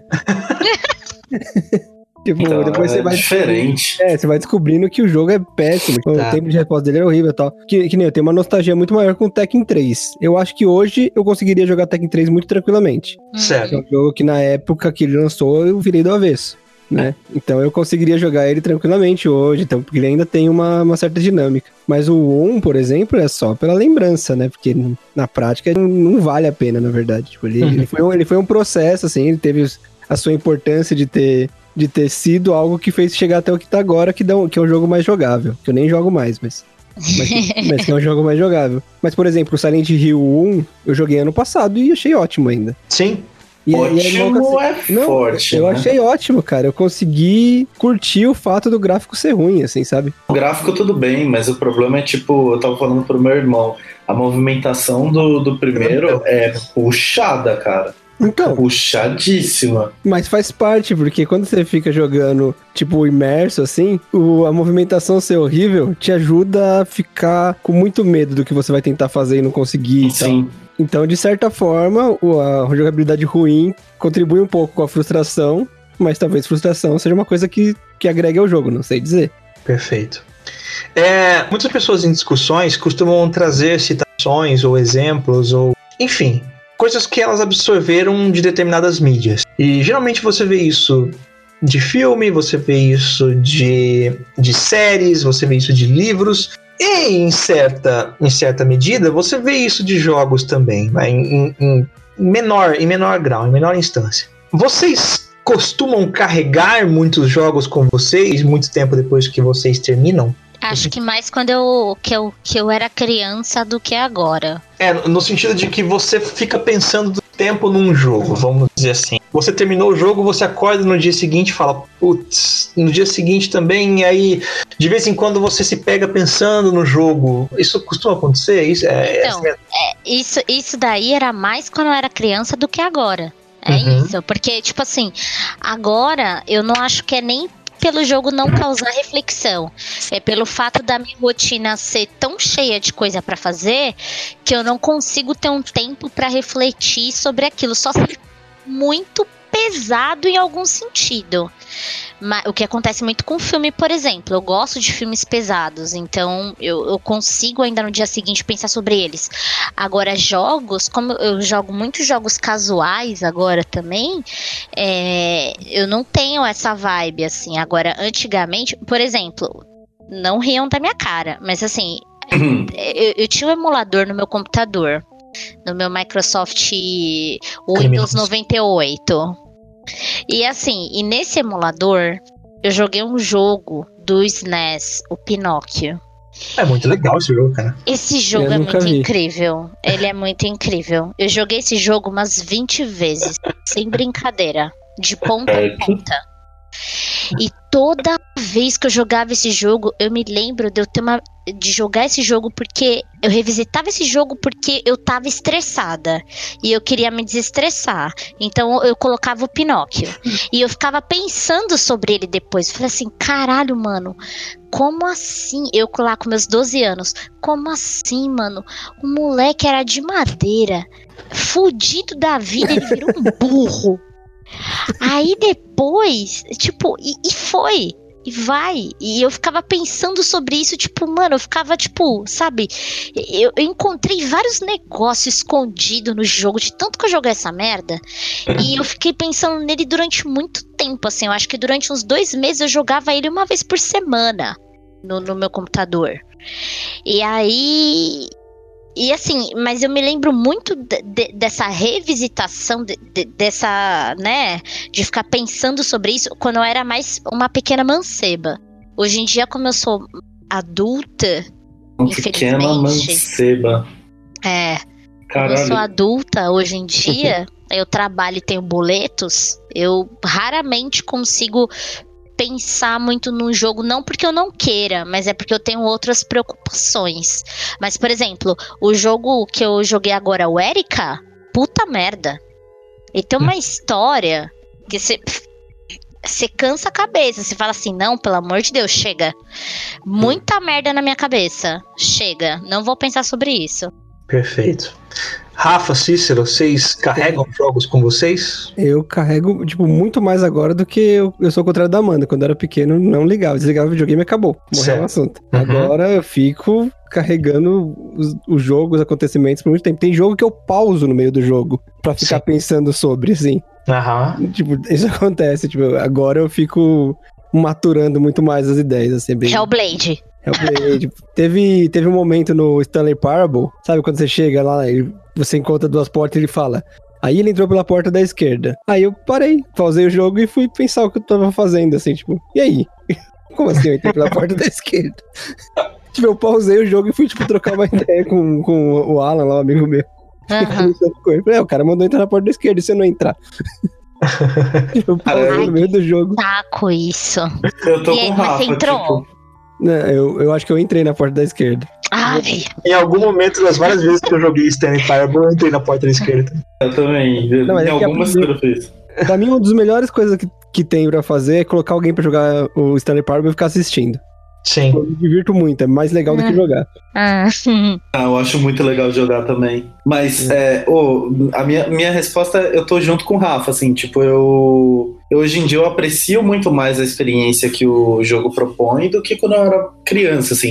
Tipo, então, depois você vai diferente. Você vai descobrindo que o jogo é péssimo. Tá. O tempo de resposta dele é horrível e tal. Que nem eu tenho uma nostalgia muito maior com o Tekken 3. Eu acho que hoje eu conseguiria jogar Tekken 3 muito tranquilamente. Certo. É um jogo que na época que ele lançou, eu virei do avesso, né? Então eu conseguiria jogar ele tranquilamente hoje, então, porque ele ainda tem uma certa dinâmica. Mas o 1, por exemplo, é só pela lembrança, né? Porque na prática não vale a pena, na verdade. Tipo, ele foi um processo, assim, ele teve a sua importância de ter sido algo que fez chegar até o que tá agora, que é um jogo mais jogável. Que eu nem jogo mais, mas Mas que é um jogo mais jogável. Mas, por exemplo, o Silent Hill 1, eu joguei ano passado e achei ótimo ainda. Sim. Ótimo é forte, eu achei ótimo, cara. Eu consegui curtir o fato do gráfico ser ruim, assim, sabe? O gráfico tudo bem, mas o problema é, tipo, eu tava falando pro meu irmão, a movimentação do primeiro é puxada, cara. Então, puxadíssima. Mas faz parte, porque quando você fica jogando, tipo, imerso, assim, a movimentação ser horrível te ajuda a ficar com muito medo do que você vai tentar fazer e não conseguir. Sim. Então, de certa forma, a jogabilidade ruim contribui um pouco com a frustração, mas talvez frustração seja uma coisa que agregue ao jogo, não sei dizer. Perfeito. Muitas pessoas em discussões costumam trazer citações ou exemplos, ou enfim, coisas que elas absorveram de determinadas mídias. E geralmente você vê isso de filme, você vê isso de séries, você vê isso de livros. E em certa medida, você vê isso de jogos também, né? em menor grau, em menor instância. Vocês costumam carregar muitos jogos com vocês, muito tempo depois que vocês terminam? Acho que mais quando eu era criança do que agora. No sentido de que você fica pensando do tempo num jogo, vamos dizer assim. Você terminou o jogo, você acorda no dia seguinte e fala, putz, no dia seguinte também, e aí de vez em quando você se pega pensando no jogo. Isso costuma acontecer? Isso daí era mais quando eu era criança do que agora. Isso, porque, tipo assim, agora eu não acho que é nem pelo jogo não causar reflexão, é pelo fato da minha rotina ser tão cheia de coisa pra fazer que eu não consigo ter um tempo pra refletir sobre aquilo, só se muito pesado em algum sentido. O que acontece muito com filme, por exemplo. Eu gosto de filmes pesados, então eu consigo ainda no dia seguinte pensar sobre eles. Agora, jogos, como eu jogo muitos jogos casuais agora também, eu não tenho essa vibe, assim. Agora, antigamente, por exemplo, não riam da minha cara, mas assim, eu tinha um emulador no meu computador, no meu Microsoft Windows 98. E assim, nesse emulador eu joguei um jogo do SNES, o Pinóquio. É muito legal esse jogo, cara. Esse jogo é muito incrível. Ele é muito incrível. Eu joguei esse jogo umas 20 vezes, sem brincadeira, de ponta a ponta. E toda vez que eu jogava esse jogo, eu me lembro de jogar esse jogo porque eu revisitava esse jogo porque eu tava estressada e eu queria me desestressar. Então eu colocava o Pinóquio e eu ficava pensando sobre ele depois. Eu falei assim, caralho, mano, como assim? Eu lá com meus 12 anos, como assim, mano? O moleque era de madeira, fudido da vida, ele virou um burro. Aí depois, tipo, e foi, e vai. E eu ficava pensando sobre isso, tipo, mano, eu ficava, tipo, sabe? Eu encontrei vários negócios escondidos no jogo, de tanto que eu joguei essa merda. E eu fiquei pensando nele durante muito tempo, assim. Eu acho que durante uns 2 meses eu jogava ele uma vez por semana no meu computador. E aí... E assim, mas eu me lembro muito dessa revisitação, dessa, né, de ficar pensando sobre isso quando eu era mais uma pequena manceba. Hoje em dia, como eu sou adulta, uma pequena manceba. Como eu sou adulta hoje em dia, eu trabalho e tenho boletos, eu raramente consigo pensar muito num jogo, não porque eu não queira, mas é porque eu tenho outras preocupações. Mas, por exemplo, o jogo que eu joguei agora, o Erika, puta merda. Ele tem uma história que você cansa a cabeça, você fala assim, não, pelo amor de Deus, chega. Muita merda na minha cabeça, chega, não vou pensar sobre isso. Perfeito. Rafa, Cícero, vocês carregam jogos com vocês? Eu carrego, tipo, muito mais agora do que eu sou o contrário da Amanda. Quando eu era pequeno, não ligava. Desligava o videogame e acabou. Morreu o assunto. Agora eu fico carregando os jogos, os acontecimentos por muito tempo. Tem jogo que eu pauso no meio do jogo pra ficar pensando sobre, assim. Tipo, isso acontece. Tipo, agora eu fico maturando muito mais as ideias, assim. Bem... Hellblade. Teve um momento no Stanley Parable, sabe, quando você chega lá e você encontra 2 portas e ele fala, aí ele entrou pela porta da esquerda. Aí eu parei, pausei o jogo e fui pensar o que eu tava fazendo, assim, tipo, e aí? Como assim eu entrei pela porta da esquerda? Tipo, eu pausei o jogo e fui, tipo, trocar uma ideia com o Alan, lá, um amigo meu. O cara mandou entrar na porta da esquerda, e se eu não entrar? Eu pausei no meio do jogo. Taco isso. Eu tô com o Rafa, você entrou? tipo... Eu acho que eu entrei na porta da esquerda. Em algum momento, das várias vezes que eu joguei Stanley Parable, eu entrei na porta da esquerda. Eu também. Em algumas que eu fiz. Pra mim, uma das melhores coisas que tem pra fazer é colocar alguém pra jogar o Stanley Parable e ficar assistindo. Sim. Eu me divirto muito, é mais legal do que jogar. Eu acho muito legal jogar também. Mas a minha resposta, eu tô junto com o Rafa, assim, tipo, eu hoje em dia eu aprecio muito mais a experiência que o jogo propõe do que quando eu era criança, assim.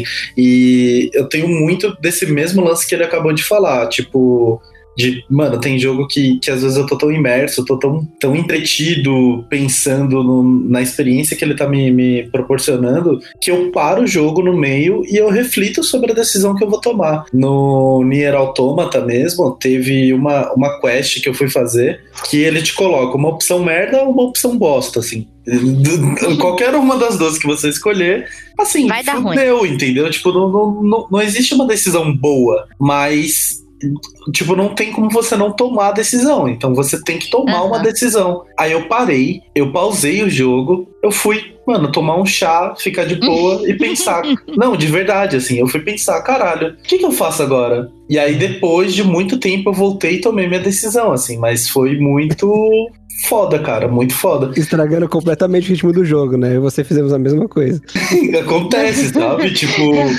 E eu tenho muito desse mesmo lance que ele acabou de falar, tipo... Mano, tem jogo que às vezes eu tô tão imerso, tô tão entretido pensando na experiência que ele tá me proporcionando, que eu paro o jogo no meio e eu reflito sobre a decisão que eu vou tomar. No Nier Automata mesmo, teve uma quest que eu fui fazer, que ele te coloca uma opção merda ou uma opção bosta, assim. Qualquer uma das duas que você escolher, assim, vai dar fudeu, ruim. Entendeu? Tipo, não existe uma decisão boa, mas... Tipo, não tem como você não tomar a decisão. Então você tem que tomar uma decisão. Aí eu parei, eu pausei o jogo, eu fui, mano, tomar um chá, ficar de boa e pensar. Não, de verdade, assim, eu fui pensar, caralho, o que eu faço agora? E aí depois de muito tempo eu voltei e tomei minha decisão, assim, mas foi muito foda, cara, muito foda. Estragando completamente o ritmo do jogo, né? E você fizemos a mesma coisa. Acontece, sabe? Tipo...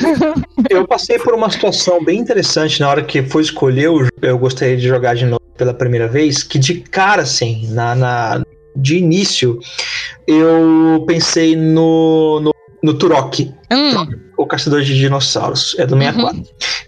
Eu passei por uma situação bem interessante na hora que foi escolher o jogo. Eu gostaria de jogar de novo pela primeira vez, que de cara, assim, de início, eu pensei no Turok. O Caçador de Dinossauros, é do 64.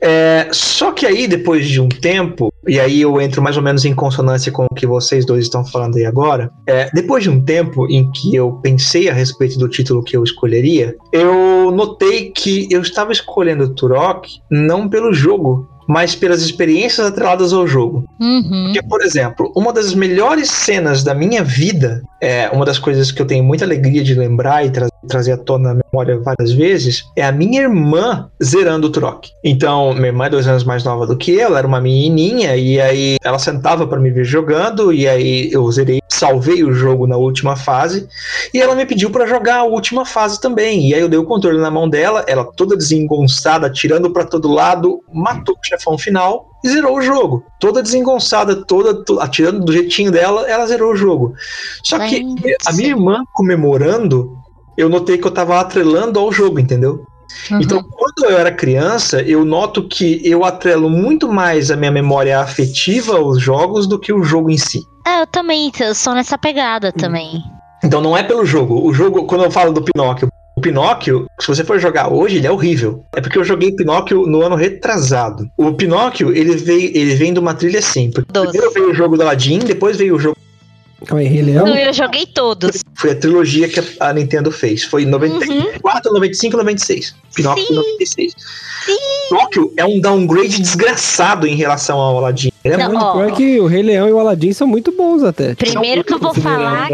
Só que aí, depois de um tempo, e aí eu entro mais ou menos em consonância com o que vocês dois estão falando aí agora, depois de um tempo em que eu pensei a respeito do título que eu escolheria, eu notei que eu estava escolhendo o Turok não pelo jogo, mas pelas experiências atreladas ao jogo. Porque, por exemplo, uma das melhores cenas da minha vida, uma das coisas que eu tenho muita alegria de lembrar e trazer à tona na memória várias vezes, é a minha irmã zerando o Turok. Então, minha irmã é 2 anos mais nova do que eu, ela era uma menininha, e aí ela sentava pra me ver jogando, e aí eu salvei o jogo na última fase, e ela me pediu pra jogar a última fase também, e aí eu dei o controle na mão dela, ela toda desengonçada, atirando pra todo lado, matou o chefão final e zerou o jogo. Toda desengonçada, toda atirando do jeitinho dela, ela zerou o jogo. Só que a minha irmã comemorando, eu notei que eu tava atrelando ao jogo, entendeu? Então, quando eu era criança, eu noto que eu atrelo muito mais a minha memória afetiva aos jogos do que o jogo em si. Eu também, eu sou nessa pegada também. Então não é pelo jogo. O jogo, quando eu falo do Pinóquio, o Pinóquio, se você for jogar hoje, ele é horrível. É porque eu joguei Pinóquio no ano retrasado. O Pinóquio, ele vem de uma trilha assim. Primeiro veio o jogo do Aladdin, depois veio o jogo... Calma aí, Rei Leão? Eu joguei todos. Foi a trilogia que a Nintendo fez. Foi em 94, 95 e 96. Pinóquio em 96. Pinóquio é um downgrade desgraçado em relação ao Aladdin. Ele é muito pior que o Rei Leão e o Aladdin são muito bons até. Primeiro que eu vou falar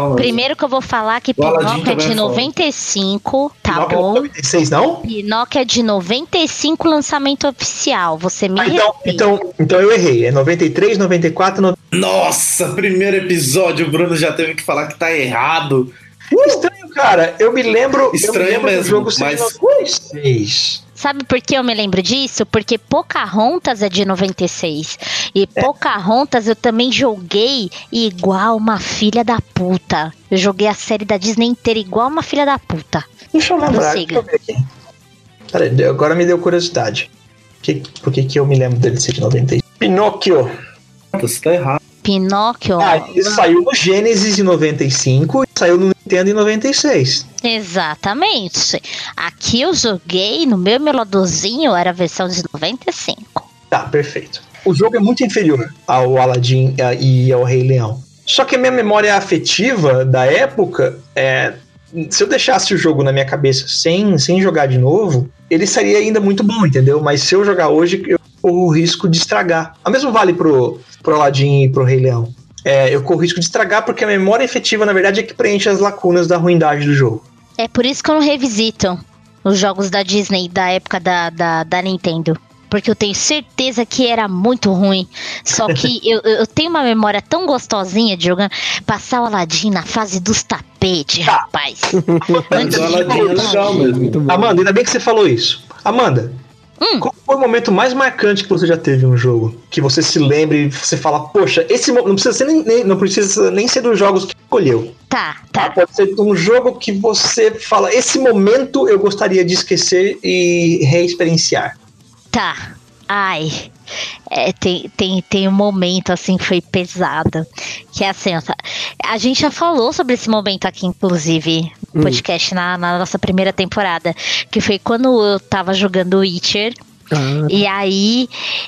que Pinóquio é de 95, tá bom? 96 não? Pinóquio é de 95, lançamento oficial. Você me então eu errei. É 93, 94, Nossa, primeiro episódio, o Bruno já teve que falar que tá errado. Estranho, cara. Eu me lembro. Estranho mesmo, do jogo mas... 96. Sabe por que eu me lembro disso? Porque Pocahontas é de 96. E Pocahontas eu também joguei igual uma filha da puta. Eu joguei a série da Disney inteira igual uma filha da puta. Deixa eu lembrar. Deixa eu ver aqui. Peraí, agora me deu curiosidade. Por que eu me lembro dele ser de 96? Pinóquio. Você tá errado. Pinóquio... ele saiu no Genesis em 95 e saiu no Nintendo em 96. Exatamente. Aqui eu joguei no meu emuladorzinho, era a versão de 95. Tá, perfeito. O jogo é muito inferior ao Aladdin e ao Rei Leão. Só que a minha memória afetiva da época, se eu deixasse o jogo na minha cabeça sem jogar de novo, ele seria ainda muito bom, entendeu? Mas se eu jogar hoje, eu corro o risco de estragar. O mesmo vale pro Aladdin e pro Rei Leão. Eu corro o risco de estragar porque a memória efetiva, na verdade, é que preenche as lacunas da ruindade do jogo. É por isso que eu não revisito. os jogos da Disney da época da Nintendo. Porque eu tenho certeza que era muito ruim. Só que eu tenho uma memória tão gostosinha de jogar. Passar o Aladdin na fase dos tapetes, rapaz. Mas o Aladdin é legal mesmo. Amanda, ainda bem que você falou isso. Amanda, qual foi o momento mais marcante que você já teve em um jogo? Que você se lembre e você fala, poxa, esse não precisa ser não precisa nem ser dos jogos que escolheu. Tá. Pode ser um jogo que você fala, esse momento eu gostaria de esquecer e reexperienciar. Tá. Ai. Tem um momento assim que foi pesado. Que é assim, a gente já falou sobre esse momento aqui, inclusive, no podcast na nossa primeira temporada. Que foi quando eu tava jogando Witcher. E aí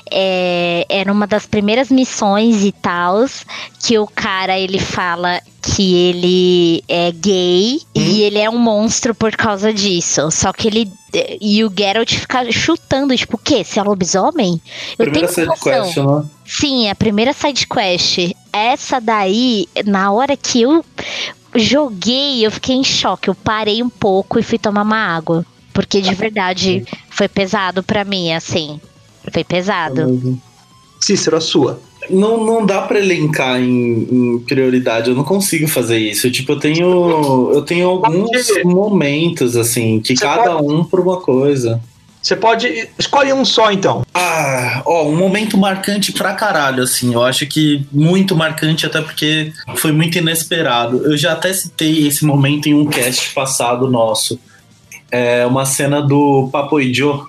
era uma das primeiras missões e tal, que o cara ele fala que ele é gay e ele é um monstro por causa disso. Só que ele e o Geralt fica chutando, tipo, o quê? Você é lobisomem? Primeira side quest, né? Sim, a primeira side quest. Essa daí, na hora que eu joguei, eu fiquei em choque. Eu parei um pouco e fui tomar uma água. Porque de verdade foi pesado pra mim, assim. Foi pesado. Cícero, a sua. Não dá pra elencar em prioridade, eu não consigo fazer isso. Tipo, eu tenho alguns momentos, assim, que cada um por uma coisa. Você pode... Escolhe um só, então. Um momento marcante pra caralho, assim. Eu acho que muito marcante, até porque foi muito inesperado. Eu já até citei esse momento em um cast passado nosso. É uma cena do Papoijo,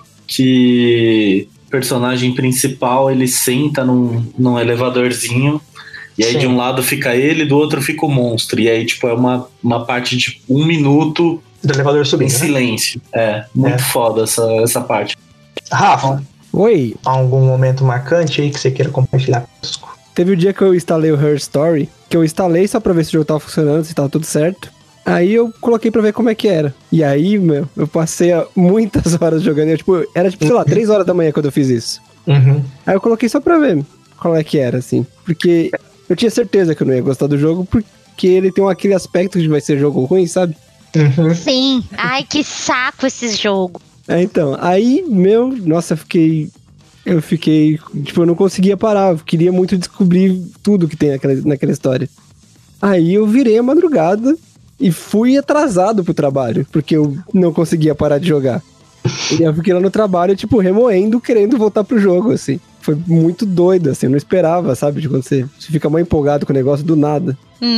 que o personagem principal, ele senta num elevadorzinho, e aí de um lado fica ele, do outro fica o monstro, e aí tipo é uma parte de 1 minuto do elevador subindo, em silêncio. Muito foda essa parte. Rafa, oi. Algum momento marcante aí que você queira compartilhar conosco? Teve o dia que eu instalei o Her Story, que eu instalei só pra ver se o jogo tava funcionando, se tava tudo certo. Aí eu coloquei pra ver como é que era. E aí, eu passei muitas horas jogando. Era sei lá, 3 horas da manhã quando eu fiz isso. Aí eu coloquei só pra ver qual é que era, assim. Porque eu tinha certeza que eu não ia gostar do jogo, porque ele tem aquele aspecto de vai ser jogo ruim, sabe? Sim. Ai, que saco esse jogo. Então, aí, nossa, eu fiquei, eu não conseguia parar. Eu queria muito descobrir tudo que tem naquela história. Aí eu virei a madrugada e fui atrasado pro trabalho, porque eu não conseguia parar de jogar. E eu fiquei lá no trabalho, remoendo, querendo voltar pro jogo, assim. Foi muito doido, assim, eu não esperava, sabe? De quando você fica mais empolgado com o negócio do nada.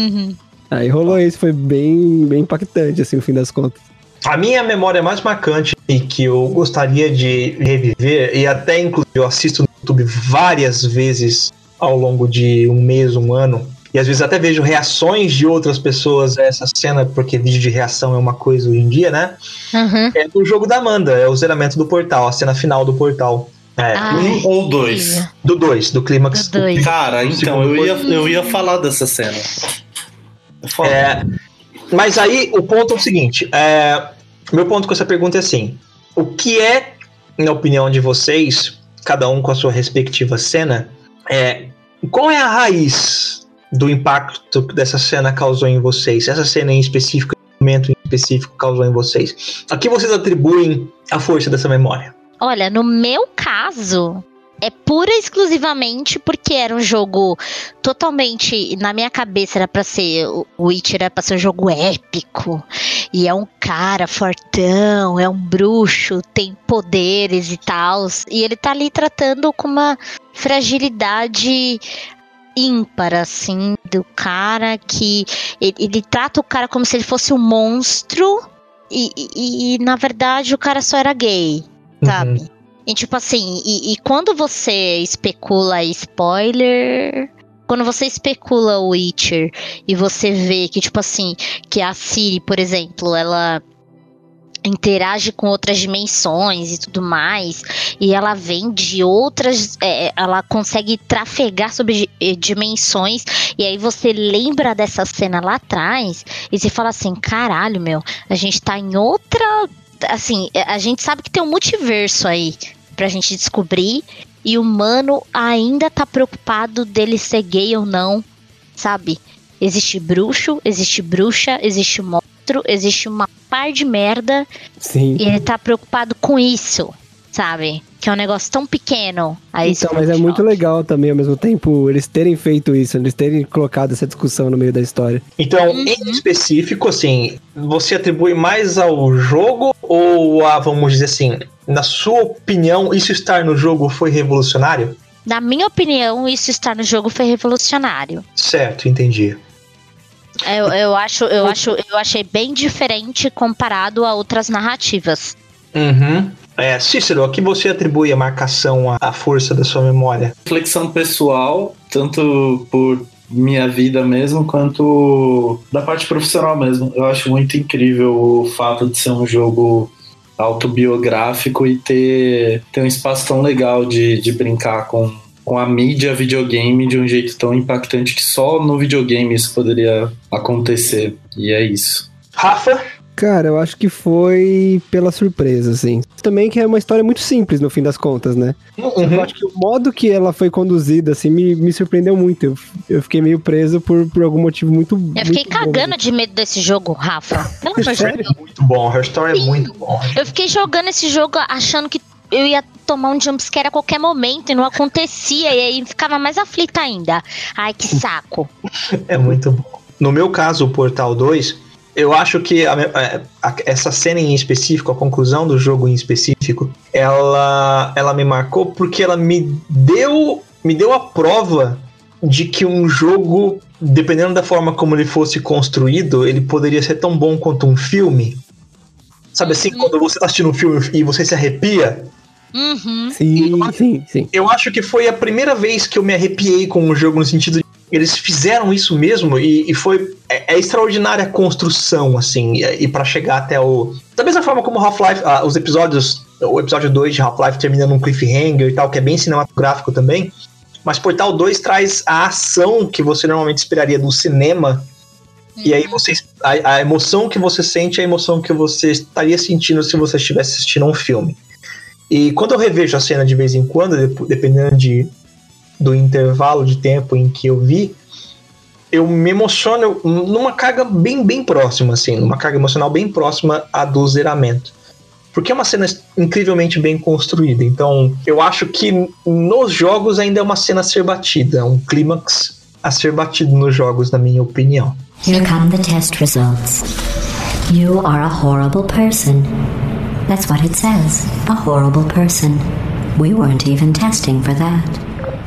Aí rolou isso, foi bem, bem impactante, assim, no fim das contas. A minha memória mais marcante e que eu gostaria de reviver, e até inclusive eu assisto no YouTube várias vezes ao longo de um mês, um ano, e às vezes até vejo reações de outras pessoas a essa cena, porque vídeo de reação é uma coisa hoje em dia, né? É do jogo da Amanda, é o zeramento do portal, a cena final do portal. Um ou dois? Do 2, do clímax. Do 2. Cara, então, eu ia falar dessa cena. Mas aí o ponto é o seguinte, meu ponto com essa pergunta é assim, o que é, na opinião de vocês, cada um com a sua respectiva cena, qual é a raiz do impacto que dessa cena causou em vocês? Essa cena em específico, esse momento em específico causou em vocês? A que vocês atribuem a força dessa memória? Olha, no meu caso, é pura e exclusivamente porque era um jogo totalmente, na minha cabeça era pra ser, o Witcher era pra ser um jogo épico, e é um cara fortão, é um bruxo, tem poderes e tal, e ele tá ali tratando com uma fragilidade ímpar, assim, do cara, que ele trata o cara como se ele fosse um monstro e na verdade o cara só era gay, sabe? E tipo assim, e quando você especula spoiler, quando você especula o Witcher e você vê que tipo assim, que a Ciri, por exemplo, ela interage com outras dimensões e tudo mais, e ela vem de outras, ela consegue trafegar sobre dimensões, e aí você lembra dessa cena lá atrás e você fala assim, caralho, a gente tá em outra, assim, a gente sabe que tem um multiverso aí pra gente descobrir, e o humano ainda tá preocupado dele ser gay ou não, sabe? Existe bruxo, existe bruxa, existe monstro, existe uma par de merda. Sim. E ele tá preocupado com isso, sabe? Que é um negócio tão pequeno. Aí então, mas é muito legal também, ao mesmo tempo, eles terem feito isso, eles terem colocado essa discussão no meio da história. Então, em específico, assim, você atribui mais ao jogo ou a, vamos dizer assim, na sua opinião, isso estar no jogo foi revolucionário? Na minha opinião, isso estar no jogo foi revolucionário. Certo, entendi. Eu achei bem diferente comparado a outras narrativas. Uhum. Cícero, a que você atribui a marcação à força da sua memória? Reflexão pessoal, tanto por minha vida mesmo, quanto da parte profissional mesmo. Eu acho muito incrível o fato de ser um jogo autobiográfico e ter um espaço tão legal de brincar com a mídia videogame de um jeito tão impactante que só no videogame isso poderia acontecer. E é isso. Rafa? Cara, eu acho que foi pela surpresa, assim. Também que é uma história muito simples, no fim das contas, né? Uhum. Eu acho que o modo que ela foi conduzida, assim, me surpreendeu muito. Eu fiquei meio preso por algum motivo muito Eu fiquei muito cagando bom. de medo desse jogo, Rafa. Pelo amor de Deus. Muito bom, Her Story é muito bom. Eu fiquei jogando esse jogo achando que eu ia tomar um jumpscare a qualquer momento e não acontecia. E aí ficava mais aflita ainda. Ai, que saco. É muito bom. No meu caso, o Portal 2... Eu acho que essa cena em específico, a conclusão do jogo em específico, ela me marcou porque ela me deu a prova de que um jogo, dependendo da forma como ele fosse construído, ele poderia ser tão bom quanto um filme. Sabe assim, quando você tá assistindo um filme e você se arrepia? Uhum. Sim. Eu acho que foi a primeira vez que eu me arrepiei com o jogo, no sentido de eles fizeram isso mesmo e foi extraordinária a construção, assim, e pra chegar até o... Da mesma forma como Half-Life, os episódios, o episódio 2 de Half-Life termina num cliffhanger e tal, que é bem cinematográfico também, mas Portal 2 traz a ação que você normalmente esperaria do cinema, e aí a emoção que você sente é a emoção que você estaria sentindo se você estivesse assistindo um filme. E quando eu revejo a cena de vez em quando, dependendo do intervalo de tempo em que eu vi, eu me emociono numa carga bem próxima, assim, numa carga emocional bem próxima à do zeramento. Porque é uma cena incrivelmente bem construída. Então, eu acho que nos jogos ainda é uma cena a ser batida, um clímax a ser batido nos jogos, na minha opinião. Here come the test results. You are a horrible person. That's what it says. A horrible person. We weren't even testing for that.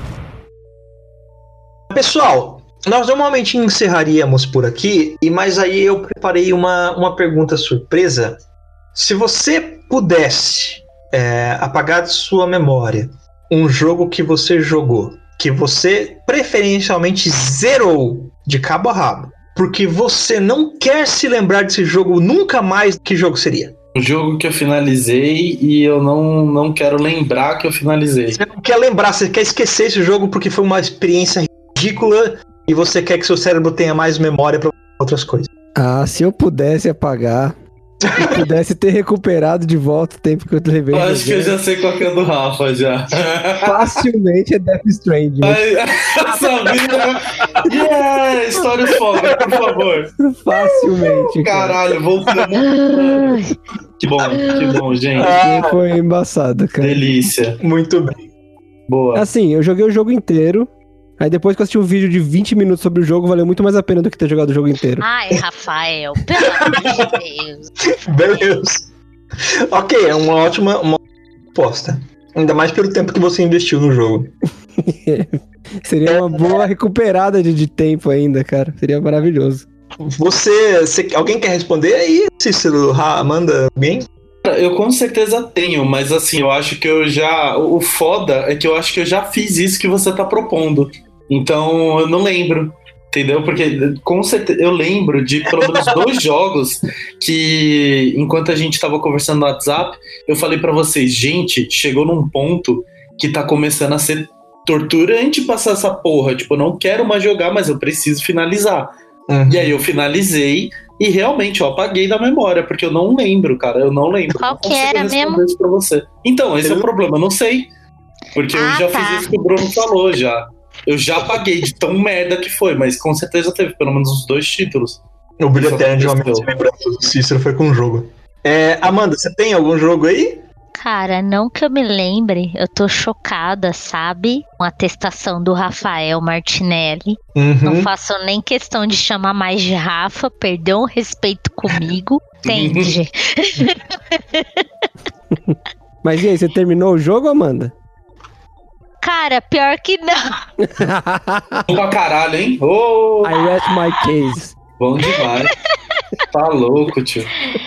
Pessoal, nós normalmente encerraríamos por aqui, mas aí eu preparei uma pergunta surpresa. Se você pudesse apagar de sua memória um jogo que você jogou, que você preferencialmente zerou de cabo a rabo, porque você não quer se lembrar desse jogo nunca mais, que jogo seria? Um jogo que eu finalizei e eu não quero lembrar que eu finalizei. Você não quer lembrar, você quer esquecer esse jogo porque foi uma experiência ridícula e você quer que seu cérebro tenha mais memória para outras coisas. Se eu pudesse apagar e pudesse ter recuperado de volta o tempo que eu levei. Acho que eu já sei qual que é do Rafa já. Facilmente é Death Stranding. Eu sabia. Yeah! Histórias foda, por favor. Facilmente. Caralho, voltamos. Que bom, gente. Foi embaçado, cara. Delícia. Muito bem. Boa. Assim, eu joguei o jogo inteiro. Aí depois que eu assisti um vídeo de 20 minutos sobre o jogo, valeu muito mais a pena do que ter jogado o jogo inteiro. Ai, Rafael, pelo amor de Deus. Beleza. Ok, é uma ótima aposta. Ainda mais pelo tempo que você investiu no jogo. Seria uma boa recuperada de tempo ainda, cara. Seria maravilhoso. Alguém quer responder aí, Cícero? Amanda, alguém? Eu com certeza tenho, mas assim, eu acho que o foda é que eu acho que eu já fiz isso que você tá propondo. Então, eu não lembro, entendeu? Porque com certeza eu lembro de pelo menos 2 jogos que, enquanto a gente tava conversando no WhatsApp, eu falei pra vocês, gente, chegou num ponto que tá começando a ser torturante passar essa porra. Tipo, eu não quero mais jogar, mas eu preciso finalizar. Uhum. E aí eu finalizei e realmente eu apaguei da memória, porque eu não lembro, cara, eu não lembro. Qual que era mesmo? Isso pra você. Então, esse é o problema, eu não sei. Porque eu já fiz isso que o Bruno falou, já. Eu já apaguei de tão merda que foi, mas com certeza teve pelo menos uns 2 títulos. O brilho eterno de uma mente sem lembranças do Cícero foi com o jogo. Amanda, você tem algum jogo aí? Cara, não que eu me lembre, eu tô chocada, sabe? Com a atestação do Rafael Martinelli. Não faço nem questão de chamar mais de Rafa, perdeu o respeito comigo. Entende? Mas e aí, você terminou o jogo, Amanda? Cara, pior que não. Pra caralho, hein? Oh, I rest my case. bom demais. Tá louco, tio.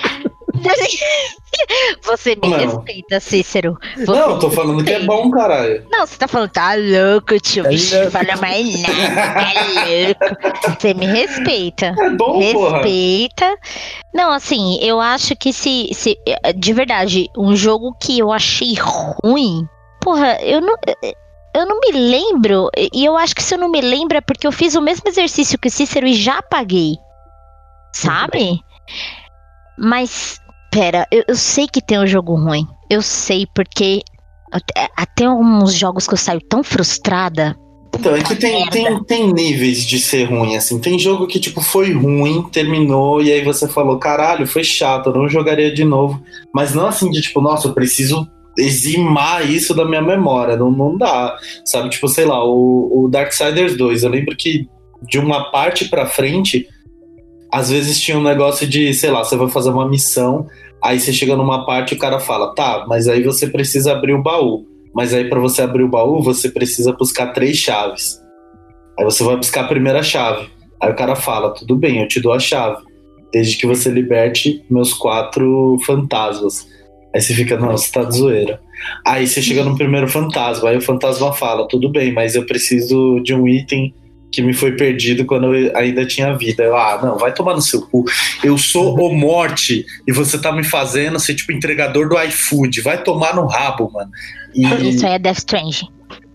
Você me respeita, Cícero. Não, tô falando que é bom, caralho. Não, você tá falando, tá louco, tio. Vixe, não fala mais nada, é louco. Você me respeita. É bom, respeita. Porra. Não, assim, eu acho que se de verdade, um jogo que eu achei ruim, porra, eu não me lembro. E eu acho que se eu não me lembro é porque eu fiz o mesmo exercício que o Cícero e já paguei. Sabe? Mas... Pera, eu sei que tem um jogo ruim. Eu sei, porque até alguns jogos que eu saio tão frustrada. Então, é que tem níveis de ser ruim, assim. Tem jogo que, tipo, foi ruim, terminou, e aí você falou, caralho, foi chato, eu não jogaria de novo. Mas não assim de, tipo, nossa, eu preciso eximar isso da minha memória. Não dá, sabe? Tipo, sei lá, o Darksiders 2, eu lembro que de uma parte pra frente, às vezes tinha um negócio de, sei lá, você vai fazer uma missão... Aí você chega numa parte e o cara fala, tá, mas aí você precisa abrir o baú. Mas aí pra você abrir o baú, você precisa buscar 3 chaves. Aí você vai buscar a primeira chave. Aí o cara fala, tudo bem, eu te dou a chave. Desde que você liberte meus 4 fantasmas. Aí você fica, não, você tá de zoeira. Aí você chega no primeiro fantasma. Aí o fantasma fala, tudo bem, mas eu preciso de um item que me foi perdido quando eu ainda tinha vida. Eu, não, vai tomar no seu cu. Eu sou o Morte e você tá me fazendo ser tipo entregador do iFood. Vai tomar no rabo, mano. Isso aí é Death Stranding.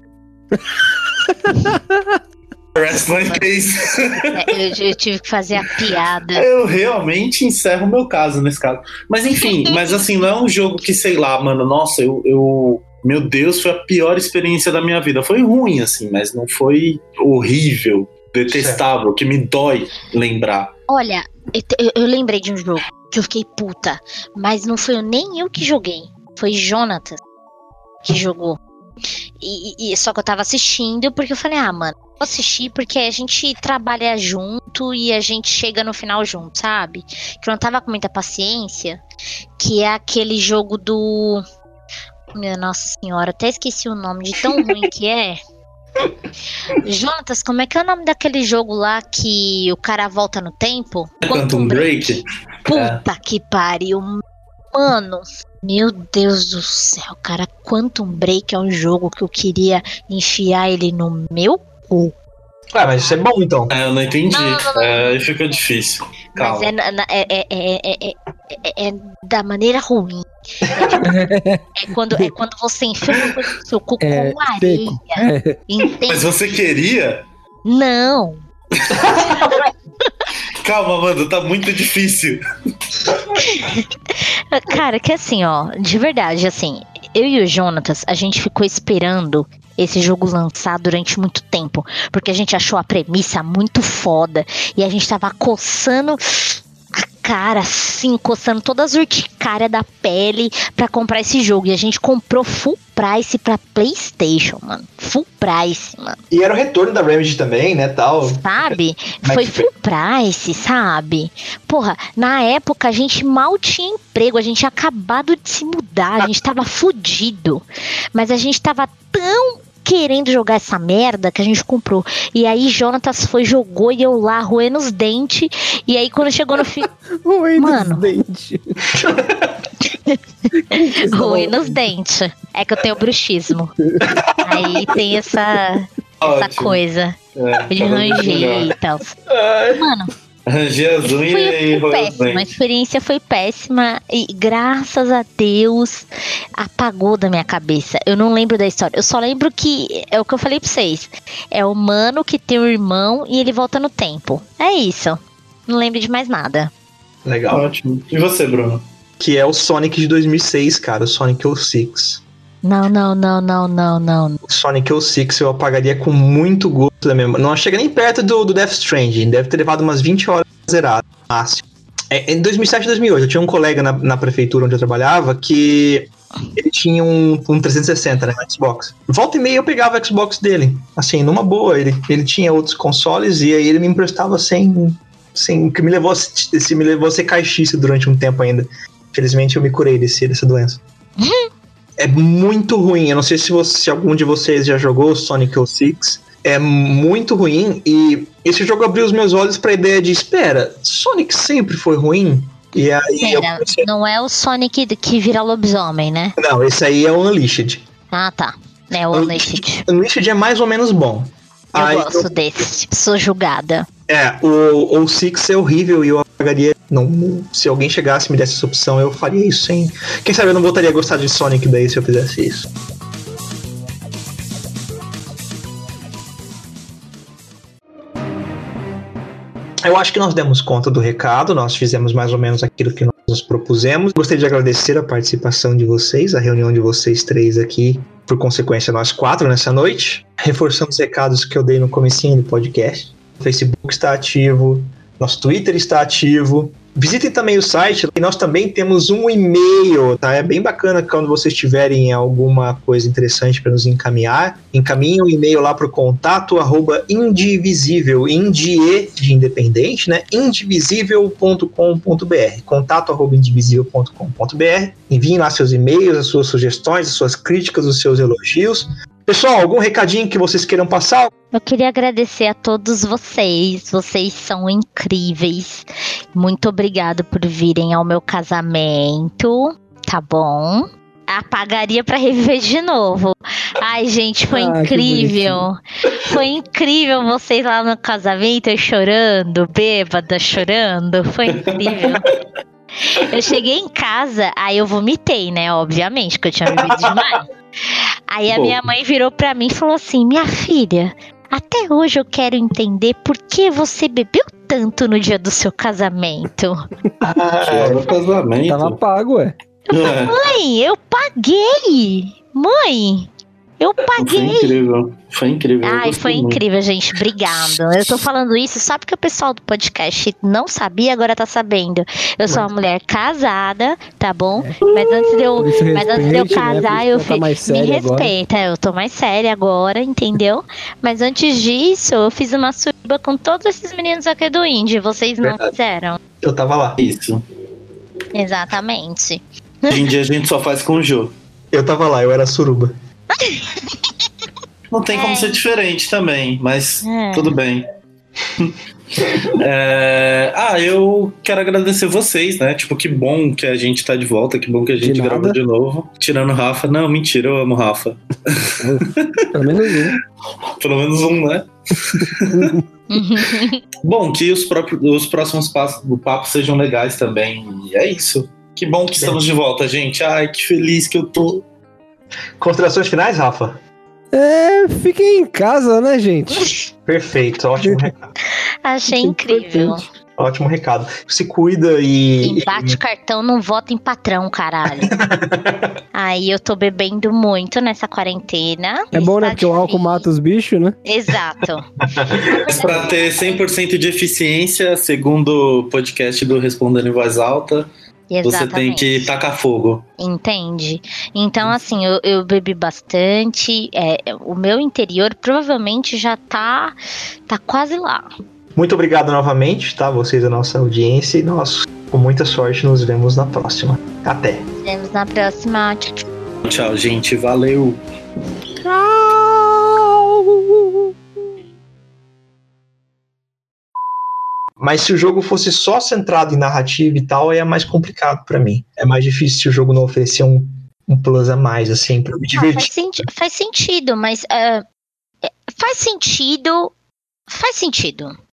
Rest my case. Eu tive que fazer a piada. Eu realmente encerro o meu caso nesse caso. Mas enfim, mas assim, não é um jogo que, sei lá, mano, nossa, meu Deus, foi a pior experiência da minha vida. Foi ruim, assim, mas não foi horrível, detestável, que me dói lembrar. Olha, eu lembrei de um jogo que eu fiquei puta, mas não foi nem eu que joguei. Foi Jonatas que jogou. E só que eu tava assistindo porque eu falei, mano, vou assistir porque a gente trabalha junto e a gente chega no final junto, sabe? Que eu não tava com muita paciência, que é aquele jogo do... Minha nossa senhora, até esqueci o nome de tão ruim que é. Jonatas, como é que é o nome daquele jogo lá que o cara volta no tempo? Quantum Break? Puta que pariu. Mano, meu Deus do céu, cara. Quantum Break é um jogo que eu queria enfiar ele no meu cu. Mas isso é bom, então. Eu não entendi. Aí fica difícil. Calma. Mas é da maneira ruim. É quando você enfia o seu cu com areia. Entende? Mas você queria? Não. Calma, Amanda, tá muito difícil. Cara, que assim, ó, de verdade, assim, eu e o Jonatas, a gente ficou esperando esse jogo lançar durante muito tempo, porque a gente achou a premissa muito foda e a gente tava coçando a cara, assim, coçando todas as urticárias da pele pra comprar esse jogo, e a gente comprou full price pra PlayStation, mano, full price, mano. E era o retorno da Remedy também, né, tal. Sabe? Foi full price, sabe? Porra, na época a gente mal tinha emprego, a gente tinha acabado de se mudar, a gente tava fudido, mas a gente tava tão querendo jogar essa merda que a gente comprou. E aí Jonatas jogou e eu lá roendo os dentes. E aí quando chegou no fim, roendo os dentes. Roendo os dentes. É que eu tenho bruxismo. Aí tem essa coisa de ranger e tal. Mano, foi péssima, a experiência foi péssima e graças a Deus apagou da minha cabeça. Eu não lembro da história, eu só lembro que é o que eu falei pra vocês, é o mano que tem um irmão e ele volta no tempo, é isso, não lembro de mais nada. Legal. Ótimo. E você, Bruno? Que é o Sonic de 2006, cara, o Sonic 06. Não. O Sonic 06 eu apagaria com muito gosto da memória. Não chega nem perto do Death Stranding. Deve ter levado umas 20 horas zerado. Em 2007 e 2008, eu tinha um colega na prefeitura onde eu trabalhava que ele tinha um 360, né, um Xbox. Volta e meia eu pegava o Xbox dele, assim, numa boa. Ele tinha outros consoles e aí ele me emprestava sem que me levou a ser caixista durante um tempo ainda. Felizmente eu me curei dessa doença. É muito ruim, eu não sei se algum de vocês já jogou Sonic 06. É muito ruim e esse jogo abriu os meus olhos pra ideia de, espera, Sonic sempre foi ruim? E aí não é o Sonic que vira lobisomem, né? Não, esse aí é o Unleashed. Ah, tá. É o Unleashed. Unleashed é mais ou menos bom. Eu gosto desse, sou julgada. O 6 é horrível e eu apagaria. Não, se alguém chegasse e me desse essa opção, eu faria isso sem. Quem sabe eu não voltaria a gostar de Sonic daí se eu fizesse isso. Eu acho que nós demos conta do recado, nós fizemos mais ou menos aquilo que nós nos propusemos. Gostaria de agradecer a participação de vocês, a reunião de vocês três aqui, por consequência nós 4 nessa noite. Reforçando os recados que eu dei no comecinho do podcast. O Facebook está ativo, nosso Twitter está ativo. Visitem também o site, e nós também temos um e-mail, tá? É bem bacana quando vocês tiverem alguma coisa interessante para nos encaminhar. Encaminhem um e-mail lá para o contato @indivisível, indie de independente, né? indivisível.com.br, contato @indivisível.com.br. Enviem lá seus e-mails, as suas sugestões, as suas críticas, os seus elogios. Pessoal, algum recadinho que vocês queiram passar? Eu queria agradecer a todos vocês. Vocês são incríveis. Muito obrigado por virem ao meu casamento. Tá bom? Apagaria pra reviver de novo. Ai, gente, foi incrível. Foi incrível vocês lá no casamento, eu chorando, bêbada, chorando. Foi incrível. Eu cheguei em casa, aí eu vomitei, né? Obviamente, porque eu tinha bebido demais. Aí a minha mãe virou pra mim e falou assim: minha filha, até hoje eu quero entender por que você bebeu tanto no dia do seu casamento. No casamento. Tava pago, ué. Eu falei, mãe, eu paguei. Mãe, eu paguei. Foi incrível. Ai, foi incrível, gente. Obrigada. Eu tô falando isso só porque o pessoal do podcast não sabia, agora tá sabendo. Eu sou uma mulher casada, tá bom? Mas antes de eu casar, né? Eu me respeita. Eu tô mais séria agora, entendeu? Mas antes disso, eu fiz uma suruba com todos esses meninos aqui do Indie. Vocês não fizeram? Eu tava lá. Isso. Exatamente. Hoje em dia a gente só faz com o Jô. Eu tava lá, eu era suruba. Não tem como ser diferente também, mas tudo bem. Eu quero agradecer vocês, né? Tipo, que bom que a gente tá de volta, que bom que a gente gravou de novo. Tirando o Rafa. Não, mentira, eu amo o Rafa. Pelo menos um. Pelo menos um, né? Bom, que os próximos passos do papo sejam legais também. E é isso. Que bom que estamos de volta, gente. Ai, que feliz que eu tô. Considerações finais, Rafa? Fiquem em casa, né, gente? Perfeito, ótimo recado. Achei incrível. Ótimo recado. Se cuida e... Quem bate cartão não vota em patrão, caralho. Aí eu tô bebendo muito nessa quarentena. É bom, né? Porque o álcool mata os bichos, né? Exato. Mas pra ter 100% de eficiência, segundo o podcast do Respondendo em Voz Alta... Exatamente. Você tem que tacar fogo. Entende? Então, assim, eu bebi bastante. O meu interior provavelmente já tá quase lá. Muito obrigado novamente, tá? Vocês, a nossa audiência. E nós, com muita sorte, nos vemos na próxima. Até. Nos vemos na próxima. Tchau, gente. Valeu. Tchau. Mas se o jogo fosse só centrado em narrativa e tal, é mais complicado pra mim. É mais difícil se o jogo não oferecer um plus a mais, assim, pra me divertir. Faz sentido, mas... faz sentido.